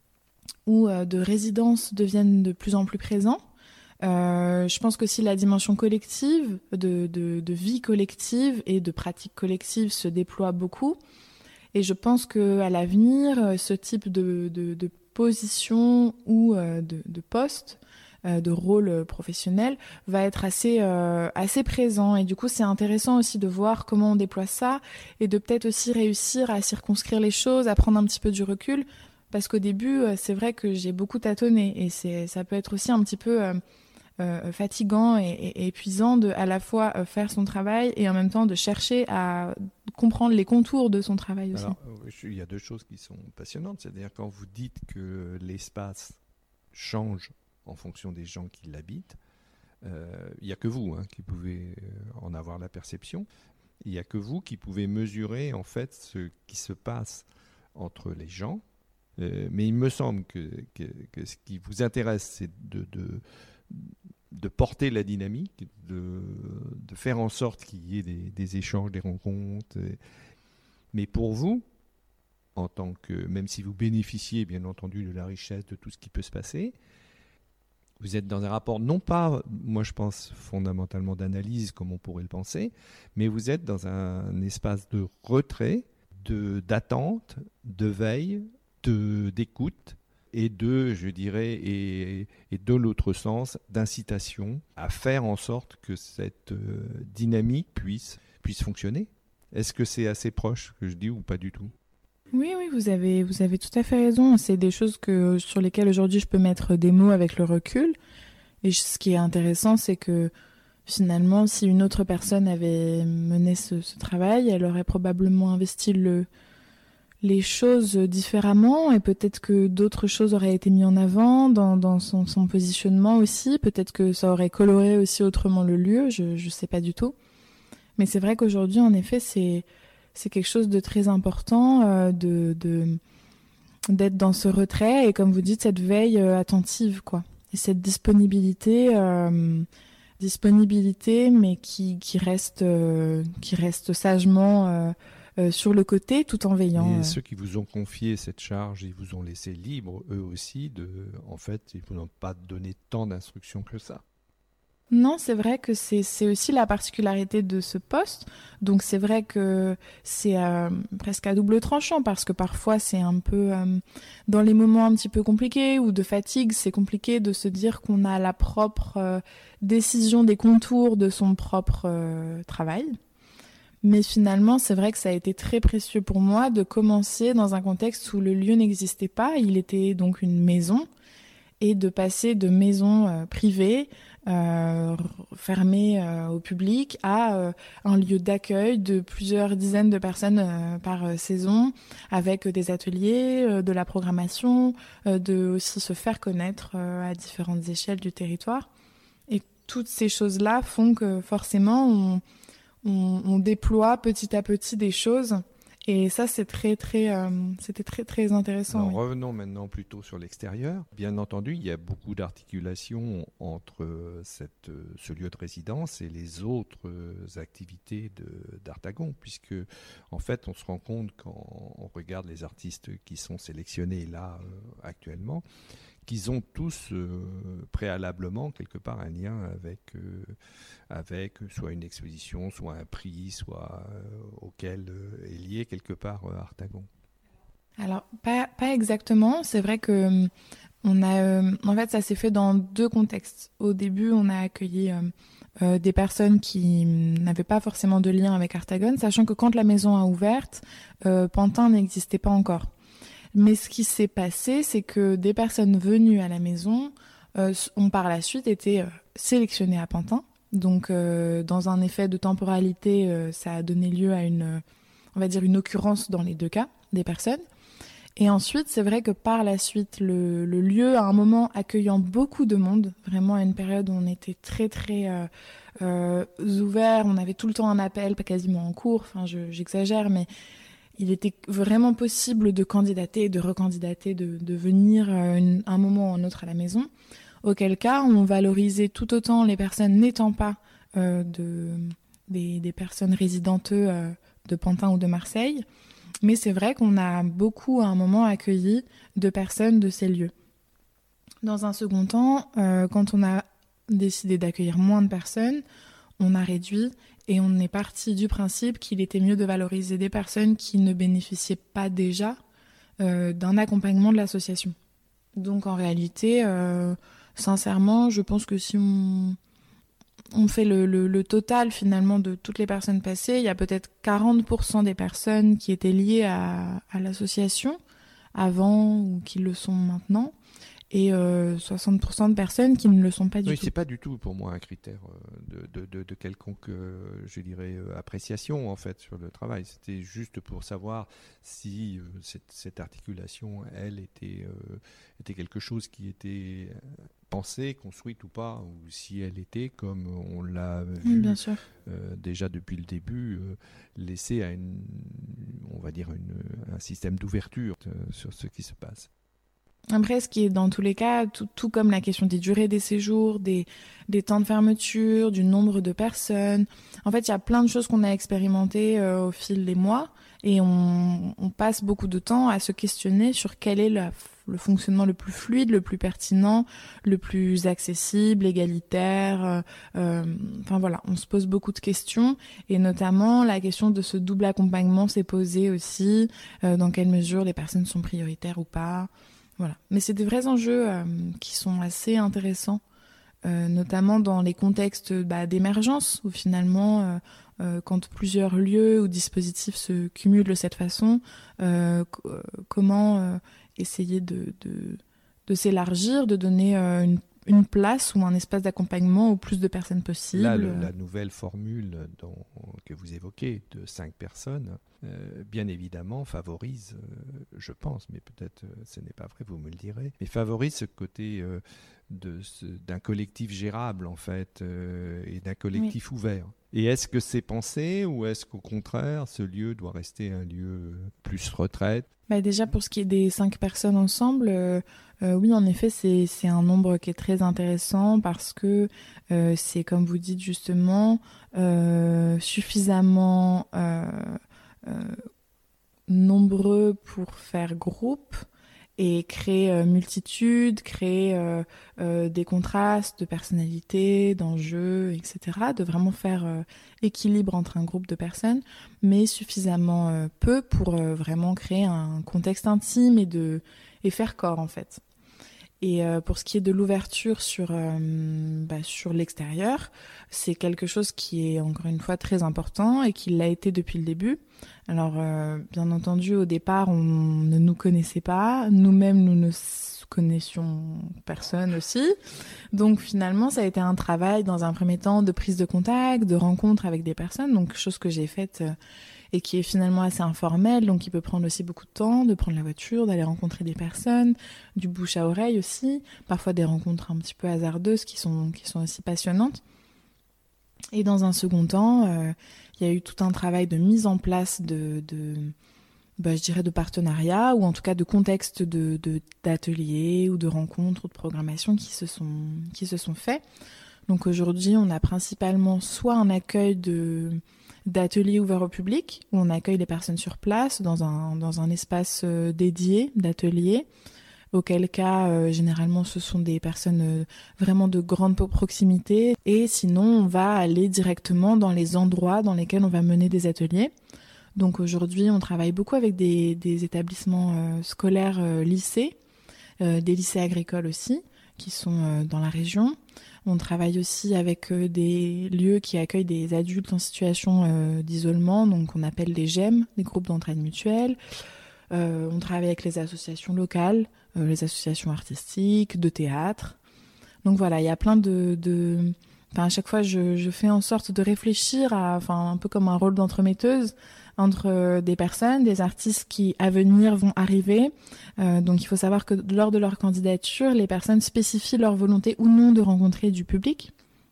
ou de résidence deviennent de plus en plus présents. Euh, je pense que si la dimension collective, de, de, de vie collective et de pratique collective se déploie beaucoup, et je pense qu'à l'avenir, ce type de, de, de position ou de, de poste, de rôle professionnel, va être assez, euh, assez présent. Et du coup, c'est intéressant aussi de voir comment on déploie ça et de peut-être aussi réussir à circonscrire les choses, à prendre un petit peu du recul. Parce qu'au début, c'est vrai que j'ai beaucoup tâtonné et c'est, ça peut être aussi un petit peu euh, euh, fatigant et, et, et épuisant de à la fois euh, faire son travail et en même temps de chercher à comprendre les contours de son travail aussi. Alors, il y a deux choses qui sont passionnantes, c'est-à-dire quand vous dites que l'espace change en fonction des gens qui l'habitent, euh, il n'y a que vous hein, qui pouvez en avoir la perception, il n'y a que vous qui pouvez mesurer en fait ce qui se passe entre les gens. Euh, mais il me semble que, que, que ce qui vous intéresse, c'est de, de, de porter la dynamique, de, de faire en sorte qu'il y ait des, des échanges, des rencontres. Et... Mais pour vous, en tant que, même si vous bénéficiez bien entendu de la richesse de tout ce qui peut se passer, vous êtes dans un rapport, non pas, moi je pense fondamentalement d'analyse comme on pourrait le penser, mais vous êtes dans un espace de retrait, de, d'attente, de veille, De, d'écoute et de, je dirais, et, et de l'autre sens, d'incitation à faire en sorte que cette euh, dynamique puisse, puisse fonctionner. Est-ce que c'est assez proche que je dis ou pas du tout ? Oui, oui, vous avez, vous avez tout à fait raison. C'est des choses que, sur lesquelles aujourd'hui je peux mettre des mots avec le recul. Et ce qui est intéressant, c'est que finalement, si une autre personne avait mené ce, ce travail, elle aurait probablement investi le... les choses différemment et peut-être que d'autres choses auraient été mises en avant dans, dans son, son positionnement aussi. Peut-être que ça aurait coloré aussi autrement le lieu, je ne sais pas du tout. Mais c'est vrai qu'aujourd'hui, en effet, c'est, c'est quelque chose de très important euh, de, de, d'être dans ce retrait et comme vous dites, cette veille euh, attentive, quoi. Et cette disponibilité, euh, disponibilité mais qui, qui, reste, euh, qui reste sagement... Euh, Euh, sur le côté, tout en veillant. Et euh... ceux qui vous ont confié cette charge, ils vous ont laissé libre, eux aussi, de, en fait, ils ne vous ont pas donné tant d'instructions que ça. Non, c'est vrai que c'est, c'est aussi la particularité de ce poste. Donc c'est vrai que c'est euh, presque à double tranchant parce que parfois c'est un peu, euh, dans les moments un petit peu compliqués ou de fatigue, c'est compliqué de se dire qu'on a la propre euh, décision des contours de son propre euh, travail. Mais finalement, c'est vrai que ça a été très précieux pour moi de commencer dans un contexte où le lieu n'existait pas. Il était donc une maison, et de passer de maison euh, privée, euh, fermée euh, au public, à euh, un lieu d'accueil de plusieurs dizaines de personnes euh, par euh, saison, avec euh, des ateliers, euh, de la programmation, euh, de aussi se faire connaître euh, à différentes échelles du territoire. Et toutes ces choses-là font que forcément on, on, on déploie petit à petit des choses. Et ça, c'est très, très, euh, c'était très, très intéressant. Alors, oui. revenons maintenant plutôt sur l'extérieur. Bien entendu, il y a beaucoup d'articulation entre cette, ce lieu de résidence et les autres activités de, d'Artagon, puisque, en fait, on se rend compte quand on regarde les artistes qui sont sélectionnés là, euh, actuellement, qu'ils ont tous euh, préalablement quelque part un lien avec, euh, avec soit une exposition, soit un prix, soit euh, auquel euh, est lié quelque part euh, Artagon. Alors, pas, pas exactement. C'est vrai que on a, euh, en fait, ça s'est fait dans deux contextes. Au début, on a accueilli euh, euh, des personnes qui n'avaient pas forcément de lien avec Artagon, sachant que quand la maison a ouvert, euh, Pantin n'existait pas encore. Mais ce qui s'est passé, c'est que des personnes venues à la maison euh, ont par la suite été euh, sélectionnées à Pantin. Donc, euh, dans un effet de temporalité, euh, ça a donné lieu à une, on va dire, une occurrence dans les deux cas des personnes. Et ensuite, c'est vrai que par la suite, le, le lieu, à un moment accueillant beaucoup de monde, vraiment à une période où on était très, très euh, euh, ouverts, on avait tout le temps un appel, pas quasiment en cours, enfin, je, j'exagère, mais il était vraiment possible de candidater, de recandidater, de, de venir une, un moment ou un autre à la maison. Auquel cas, on valorisait tout autant les personnes n'étant pas euh, de, des, des personnes résidentes euh, de Pantin ou de Marseille. Mais c'est vrai qu'on a beaucoup, à un moment, accueilli de personnes de ces lieux. Dans un second temps, euh, quand on a décidé d'accueillir moins de personnes, on a réduit et on est parti du principe qu'il était mieux de valoriser des personnes qui ne bénéficiaient pas déjà euh, d'un accompagnement de l'association. Donc en réalité, euh, sincèrement, je pense que si on, on fait le, le, le total finalement de toutes les personnes passées, il y a peut-être quarante pour cent des personnes qui étaient liées à, à l'association avant ou qui le sont maintenant. Et euh, soixante pour cent de personnes qui ne le sont pas du oui, tout. Oui, c'est pas du tout pour moi un critère de, de, de, de quelconque, euh, je dirais, euh, appréciation en fait sur le travail. C'était juste pour savoir si euh, cette, cette articulation, elle, était, euh, était quelque chose qui était pensé, construite ou pas, ou si elle était, comme on l'a vu oui, bien sûr. Euh, déjà depuis le début, euh, laissée à une, on va dire, une, un système d'ouverture euh, sur ce qui se passe. Après, ce qui est dans tous les cas, tout, tout comme la question des durées des séjours, des, des temps de fermeture, du nombre de personnes. En fait, il y a plein de choses qu'on a expérimentées euh, au fil des mois et on, on passe beaucoup de temps à se questionner sur quel est la, le fonctionnement le plus fluide, le plus pertinent, le plus accessible, égalitaire. Euh, euh, enfin voilà, on se pose beaucoup de questions et notamment la question de ce double accompagnement s'est posée aussi. Euh, dans quelle mesure les personnes sont prioritaires ou pas. Voilà. Mais c'est des vrais enjeux euh, qui sont assez intéressants, euh, notamment dans les contextes bah, d'émergence, où finalement, euh, euh, quand plusieurs lieux ou dispositifs se cumulent de cette façon, euh, c- comment euh, essayer de, de, de s'élargir, de donner euh, une, une place ou un espace d'accompagnement au plus de personnes possible. Là, le, la nouvelle formule dont, que vous évoquez de cinq personnes, euh, bien évidemment, favorise, euh, je pense, mais peut-être euh, ce n'est pas vrai, vous me le direz, mais favorise ce côté euh, de ce, d'un collectif gérable, en fait, euh, et d'un collectif oui. ouvert. Et est-ce que c'est pensé ou est-ce qu'au contraire, ce lieu doit rester un lieu plus retraite ? Bah déjà, pour ce qui est des cinq personnes ensemble, euh, euh, oui, en effet, c'est, c'est un nombre qui est très intéressant parce que euh, c'est, comme vous dites justement, euh, suffisamment euh, euh, nombreux pour faire groupe et créer euh, multitude, créer euh, euh, des contrastes de personnalité, d'enjeux, et cetera, de vraiment faire euh, équilibre entre un groupe de personnes, mais suffisamment euh, peu pour euh, vraiment créer un contexte intime et, de, et faire corps, en fait. Et euh, pour ce qui est de l'ouverture sur, euh, bah, sur l'extérieur, c'est quelque chose qui est encore une fois très important et qui l'a été depuis le début. Alors, euh, bien entendu, au départ, on ne nous connaissait pas. Nous-mêmes, nous ne connaissions personne aussi. Donc, finalement, ça a été un travail, dans un premier temps, de prise de contact, de rencontre avec des personnes. Donc, chose que j'ai faite euh, et qui est finalement assez informelle. Donc, qui peut prendre aussi beaucoup de temps, de prendre la voiture, d'aller rencontrer des personnes, du bouche à oreille aussi. Parfois, des rencontres un petit peu hasardeuses qui sont, qui sont aussi passionnantes. Et dans un second temps, euh, il y a eu tout un travail de mise en place de, de bah, je dirais de partenariats, ou en tout cas de contextes de, de, d'ateliers ou de rencontres ou de programmation qui se sont, qui se sont faits. Donc aujourd'hui, on a principalement soit un accueil de, d'ateliers ouverts au public, où on accueille les personnes sur place dans un, dans un espace euh, dédié d'ateliers, auquel cas, euh, généralement, ce sont des personnes euh, vraiment de grande proximité. Et sinon, on va aller directement dans les endroits dans lesquels on va mener des ateliers. Donc aujourd'hui, on travaille beaucoup avec des, des établissements euh, scolaires euh, lycées, euh, des lycées agricoles aussi, qui sont euh, dans la région. On travaille aussi avec euh, des lieux qui accueillent des adultes en situation euh, d'isolement, donc on appelle les G E M, des groupes d'entraide mutuelle. Euh, on travaille avec les associations locales, euh, les associations artistiques, de théâtre. Donc voilà, il y a plein de... de... Enfin, à chaque fois, je, je fais en sorte de réfléchir à, enfin, un peu comme un rôle d'entremetteuse entre euh, des personnes, des artistes qui, à venir, vont arriver. Euh, donc, il faut savoir que lors de leur candidature, les personnes spécifient leur volonté ou non de rencontrer du public,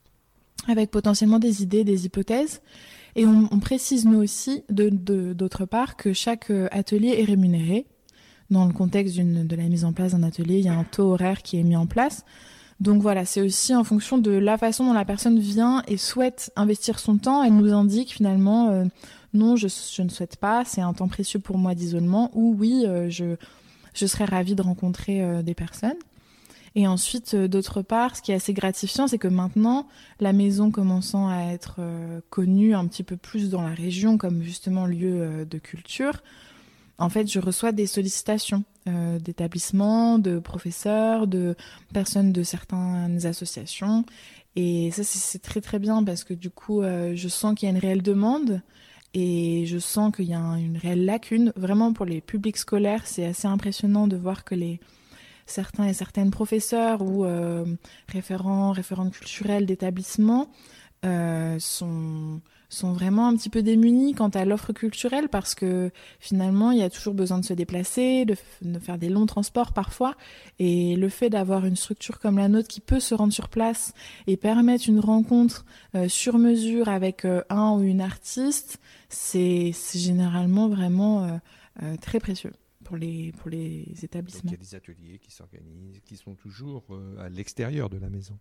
avec potentiellement des idées, des hypothèses. Et on, on précise, nous aussi, de, de, d'autre part, que chaque atelier est rémunéré. Dans le contexte d'une, de la mise en place d'un atelier, il y a un taux horaire qui est mis en place. Donc voilà, c'est aussi en fonction de la façon dont la personne vient et souhaite investir son temps. Elle nous indique finalement, euh, non, je, je ne souhaite pas, c'est un temps précieux pour moi d'isolement, ou oui, euh, je, je serais ravie de rencontrer euh, des personnes. Et ensuite, euh, d'autre part, ce qui est assez gratifiant, c'est que maintenant, la maison commençant à être euh, connue un petit peu plus dans la région comme justement lieu euh, de culture, en fait, je reçois des sollicitations euh, d'établissements, de professeurs, de personnes de certaines associations. Et ça, c'est, c'est très très bien parce que du coup, euh, je sens qu'il y a une réelle demande et je sens qu'il y a un, une réelle lacune. Vraiment, pour les publics scolaires, c'est assez impressionnant de voir que les certains et certaines professeurs ou euh, référents, référentes culturelles d'établissements euh, sont... sont vraiment un petit peu démunis quant à l'offre culturelle parce que finalement, il y a toujours besoin de se déplacer, de, f- de faire des longs transports parfois. Et le fait d'avoir une structure comme la nôtre qui peut se rendre sur place et permettre une rencontre euh, sur mesure avec euh, un ou une artiste, c'est, c'est généralement vraiment euh, euh, très précieux pour les, pour les établissements. Donc, il y a des ateliers qui s'organisent, qui sont toujours euh, à l'extérieur de la maison.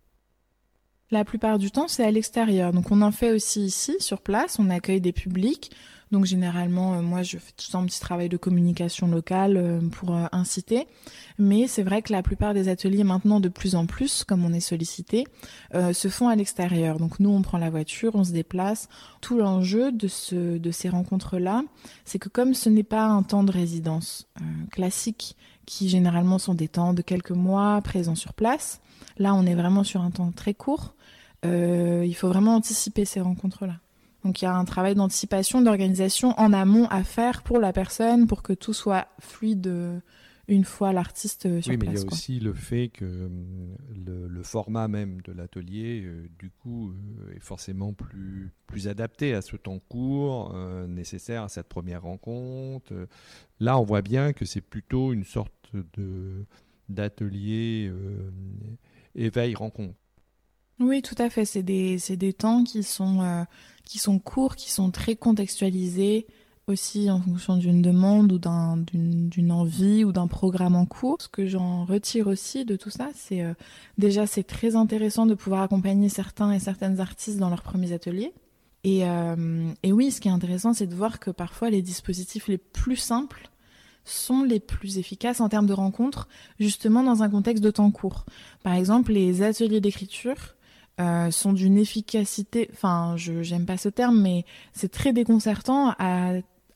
La plupart du temps, c'est à l'extérieur. Donc, on en fait aussi ici, sur place. On accueille des publics. Donc, généralement, euh, moi, je fais tout un petit travail de communication locale euh, pour euh, inciter. Mais c'est vrai que la plupart des ateliers, maintenant, de plus en plus, comme on est sollicité, euh, se font à l'extérieur. Donc, nous, on prend la voiture, on se déplace. Tout l'enjeu de, ce, de ces rencontres-là, c'est que comme ce n'est pas un temps de résidence euh, classique, qui généralement sont des temps de quelques mois présents sur place, là, on est vraiment sur un temps très court. Euh, il faut vraiment anticiper ces rencontres-là. Donc, il y a un travail d'anticipation, d'organisation en amont à faire pour la personne, pour que tout soit fluide une fois l'artiste sur oui, mais place. il y a quoi. aussi le fait que euh, le, le format même de l'atelier, euh, du coup, euh, est forcément plus, plus adapté à ce temps court, euh, nécessaire à cette première rencontre. Là, on voit bien que c'est plutôt une sorte de, d'atelier euh, éveil-rencontre. Oui, tout à fait. C'est des, c'est des temps qui sont, euh, qui sont courts, qui sont très contextualisés, aussi en fonction d'une demande ou d'un, d'une, d'une envie ou d'un programme en cours. Ce que j'en retire aussi de tout ça, c'est euh, déjà c'est très intéressant de pouvoir accompagner certains et certaines artistes dans leurs premiers ateliers. Et, euh, et oui, ce qui est intéressant, c'est de voir que parfois les dispositifs les plus simples sont les plus efficaces en termes de rencontres, justement dans un contexte de temps court. Par exemple, les ateliers d'écriture Euh, sont d'une efficacité, enfin, je j'aime pas ce terme, mais c'est très déconcertant à,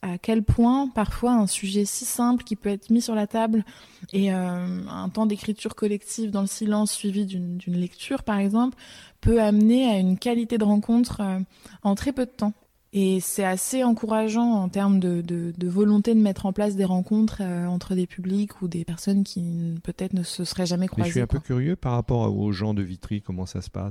à quel point parfois un sujet si simple qui peut être mis sur la table et euh, un temps d'écriture collective dans le silence suivi d'une, d'une lecture par exemple peut amener à une qualité de rencontre euh, en très peu de temps. Et c'est assez encourageant en termes de, de, de volonté de mettre en place des rencontres euh, entre des publics ou des personnes qui peut-être ne se seraient jamais croisées. Mais je suis un quoi. peu curieux par rapport aux gens de Vitry, comment ça se passe ?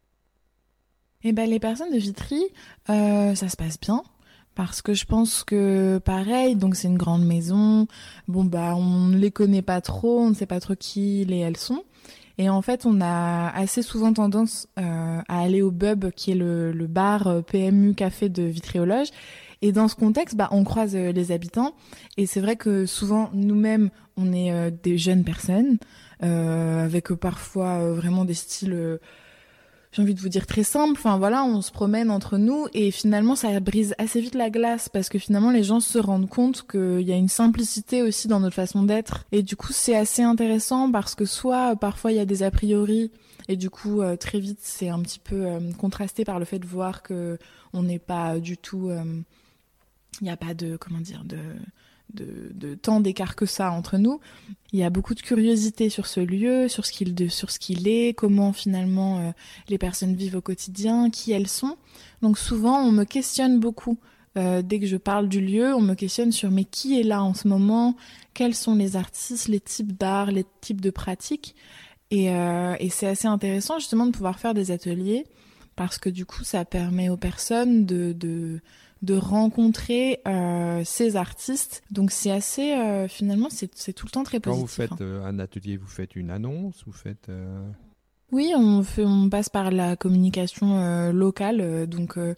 Eh ben, les personnes de Vitry, euh, ça se passe bien. Parce que je pense que, pareil, donc c'est une grande maison. Bon, bah, on ne les connaît pas trop, on ne sait pas trop qui ils et elles sont. Et en fait, on a assez souvent tendance euh, à aller au Bub, qui est le, le bar P M U Café de Vitry aux Loges. Et dans ce contexte, bah, on croise euh, les habitants. Et c'est vrai que souvent, nous-mêmes, on est euh, des jeunes personnes, euh, avec euh, parfois euh, vraiment des styles... Euh, j'ai envie de vous dire très simple, enfin voilà, on se promène entre nous et finalement ça brise assez vite la glace parce que finalement les gens se rendent compte qu'il y a une simplicité aussi dans notre façon d'être et du coup c'est assez intéressant parce que soit parfois il y a des a priori et du coup euh, très vite c'est un petit peu euh, contrasté par le fait de voir que on n'est pas du tout, il euh, n'y a pas de, comment dire, de... De, de tant d'écart que ça entre nous. Il y a beaucoup de curiosité sur ce lieu, sur ce qu'il, de, sur ce qu'il est, comment finalement euh, les personnes vivent au quotidien, qui elles sont. Donc souvent, on me questionne beaucoup. Euh, dès que je parle du lieu, on me questionne sur mais qui est là en ce moment, quels sont les artistes, les types d'art, les types de pratiques. Et, euh, et c'est assez intéressant justement de pouvoir faire des ateliers parce que du coup, ça permet aux personnes de... de de rencontrer euh, ces artistes. Donc c'est assez, euh, finalement, c'est, c'est tout le temps très positif. Quand vous faites hein. euh, un atelier, vous faites une annonce, vous faites... Euh... Oui, on, fait, on passe par la communication euh, locale. Euh, donc, euh,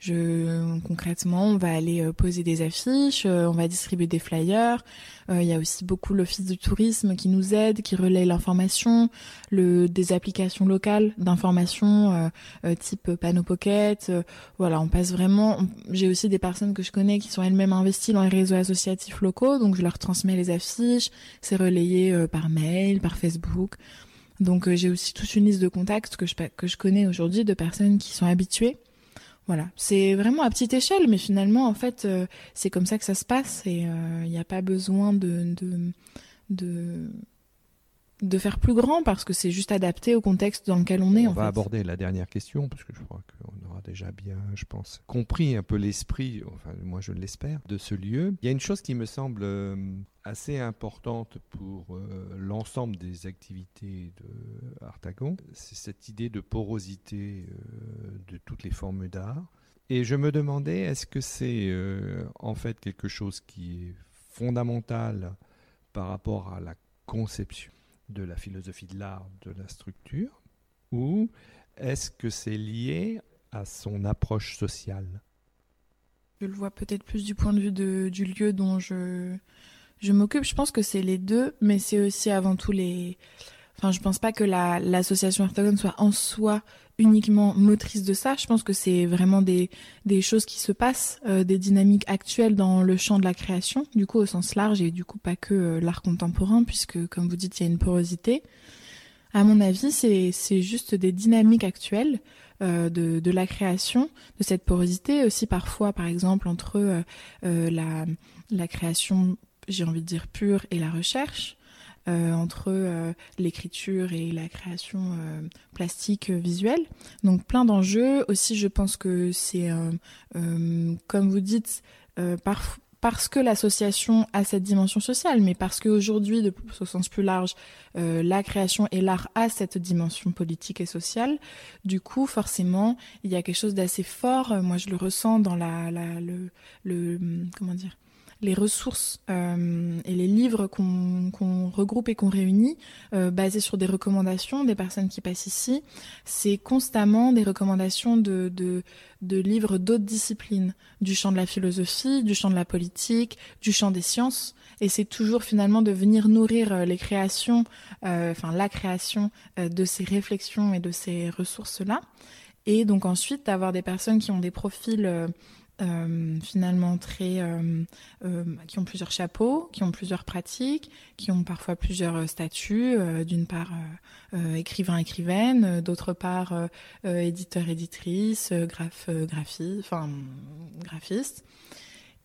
je, concrètement, on va aller euh, poser des affiches, euh, on va distribuer des flyers. Il euh, y a aussi beaucoup l'Office du tourisme qui nous aide, qui relaie l'information, le, des applications locales d'information euh, euh, type Panneau Pocket. Euh, voilà, on passe vraiment... On, j'ai aussi des personnes que je connais qui sont elles-mêmes investies dans les réseaux associatifs locaux. Donc, je leur transmets les affiches. C'est relayé euh, par mail, par Facebook. Donc euh, j'ai aussi toute une liste de contacts que je, que je connais aujourd'hui de personnes qui sont habituées. Voilà, c'est vraiment à petite échelle, mais finalement, en fait, euh, c'est comme ça que ça se passe et il euh, n'y a pas besoin de, de, de, de faire plus grand parce que c'est juste adapté au contexte dans lequel on est. On en va fait. aborder la dernière question parce que je crois qu'on aura déjà bien, je pense, compris un peu l'esprit, enfin moi je l'espère, de ce lieu. Il y a une chose qui me semble euh, assez importante pour euh, l'ensemble des activités de Artagon, c'est cette idée de porosité euh, de toutes les formes d'art. Et je me demandais, est-ce que c'est euh, en fait quelque chose qui est fondamental par rapport à la conception de la philosophie de l'art, de la structure, ou est-ce que c'est lié à son approche sociale ? Je le vois peut-être plus du point de vue de, du lieu dont je, je m'occupe. Je pense que c'est les deux, mais c'est aussi avant tout les... Enfin, je pense pas que la, l'association Artagon soit en soi uniquement motrice de ça. Je pense que c'est vraiment des, des choses qui se passent, euh, des dynamiques actuelles dans le champ de la création, du coup au sens large, et du coup pas que euh, l'art contemporain, puisque comme vous dites, il y a une porosité. À mon avis, c'est, c'est juste des dynamiques actuelles euh, de, de la création, de cette porosité, aussi parfois, par exemple, entre euh, euh, la, la création, j'ai envie de dire, pure et la recherche, Euh, entre euh, l'écriture et la création euh, plastique euh, visuelle. Donc plein d'enjeux. Aussi, je pense que c'est, euh, euh, comme vous dites, euh, par, parce que l'association a cette dimension sociale, mais parce qu'aujourd'hui, de, au sens plus large, euh, la création et l'art a cette dimension politique et sociale. Du coup, forcément, il y a quelque chose d'assez fort. Moi, je le ressens dans la, la, le, le, comment dire, les ressources euh, et les livres qu'on, qu'on regroupe et qu'on réunit, euh, basés sur des recommandations des personnes qui passent ici. C'est constamment des recommandations de, de, de livres d'autres disciplines, du champ de la philosophie, du champ de la politique, du champ des sciences. Et c'est toujours finalement de venir nourrir les créations, euh, enfin la création euh, de ces réflexions et de ces ressources-là. Et donc ensuite d'avoir des personnes qui ont des profils... Euh, Euh, finalement très euh, euh, qui ont plusieurs chapeaux, qui ont plusieurs pratiques, qui ont parfois plusieurs euh, statuts, euh, d'une part euh, euh, écrivain écrivaine, euh, d'autre part euh, euh, éditeur éditrice, euh, graphe euh, graphie, enfin graphiste.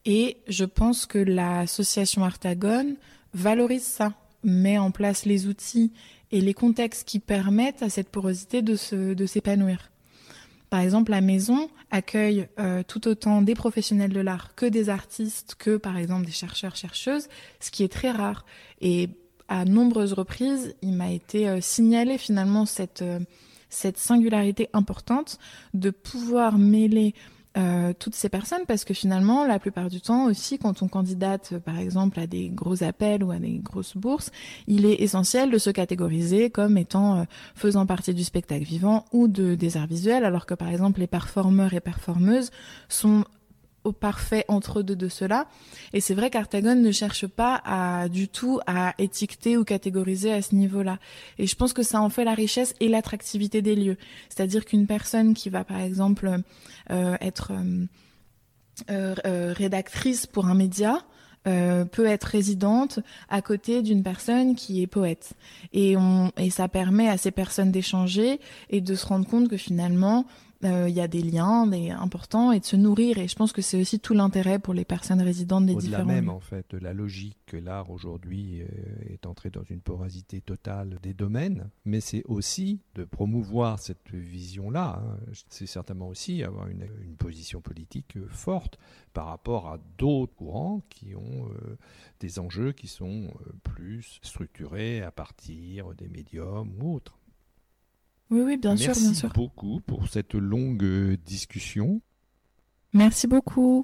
Et je pense que l'association Artagone valorise ça, met en place les outils et les contextes qui permettent à cette porosité de, se, de s'épanouir. Par exemple, la maison accueille euh, tout autant des professionnels de l'art que des artistes, que par exemple des chercheurs, chercheuses, ce qui est très rare. Et à nombreuses reprises, il m'a été euh, signalé finalement cette, euh, cette singularité importante de pouvoir mêler Euh, toutes ces personnes, parce que finalement, la plupart du temps aussi, quand on candidate, par exemple, à des gros appels ou à des grosses bourses, il est essentiel de se catégoriser comme étant euh, faisant partie du spectacle vivant ou de, des arts visuels, alors que, par exemple, les performeurs et performeuses sont au parfait entre deux de cela. Et c'est vrai qu'Artagone ne cherche pas à, du tout à étiqueter ou catégoriser à ce niveau-là. Et je pense que ça en fait la richesse et l'attractivité des lieux. C'est-à-dire qu'une personne qui va, par exemple, euh, être euh, euh, rédactrice pour un média, Euh, peut être résidente à côté d'une personne qui est poète. Et, on, et ça permet à ces personnes d'échanger et de se rendre compte que finalement, il euh, y a des liens des, importants et de se nourrir. Et je pense que c'est aussi tout l'intérêt pour les personnes résidentes des Au-delà différents même, lieux. en fait, de la logique que l'art aujourd'hui euh, est entré dans une porosité totale des domaines, mais c'est aussi de promouvoir cette vision-là. Hein. C'est certainement aussi avoir une, une position politique euh, forte par rapport à d'autres courants qui ont euh, des enjeux qui sont euh, plus structurés à partir des médiums ou autres. Oui, oui, bien Merci sûr, bien sûr. Merci beaucoup pour cette longue euh, discussion. Merci beaucoup.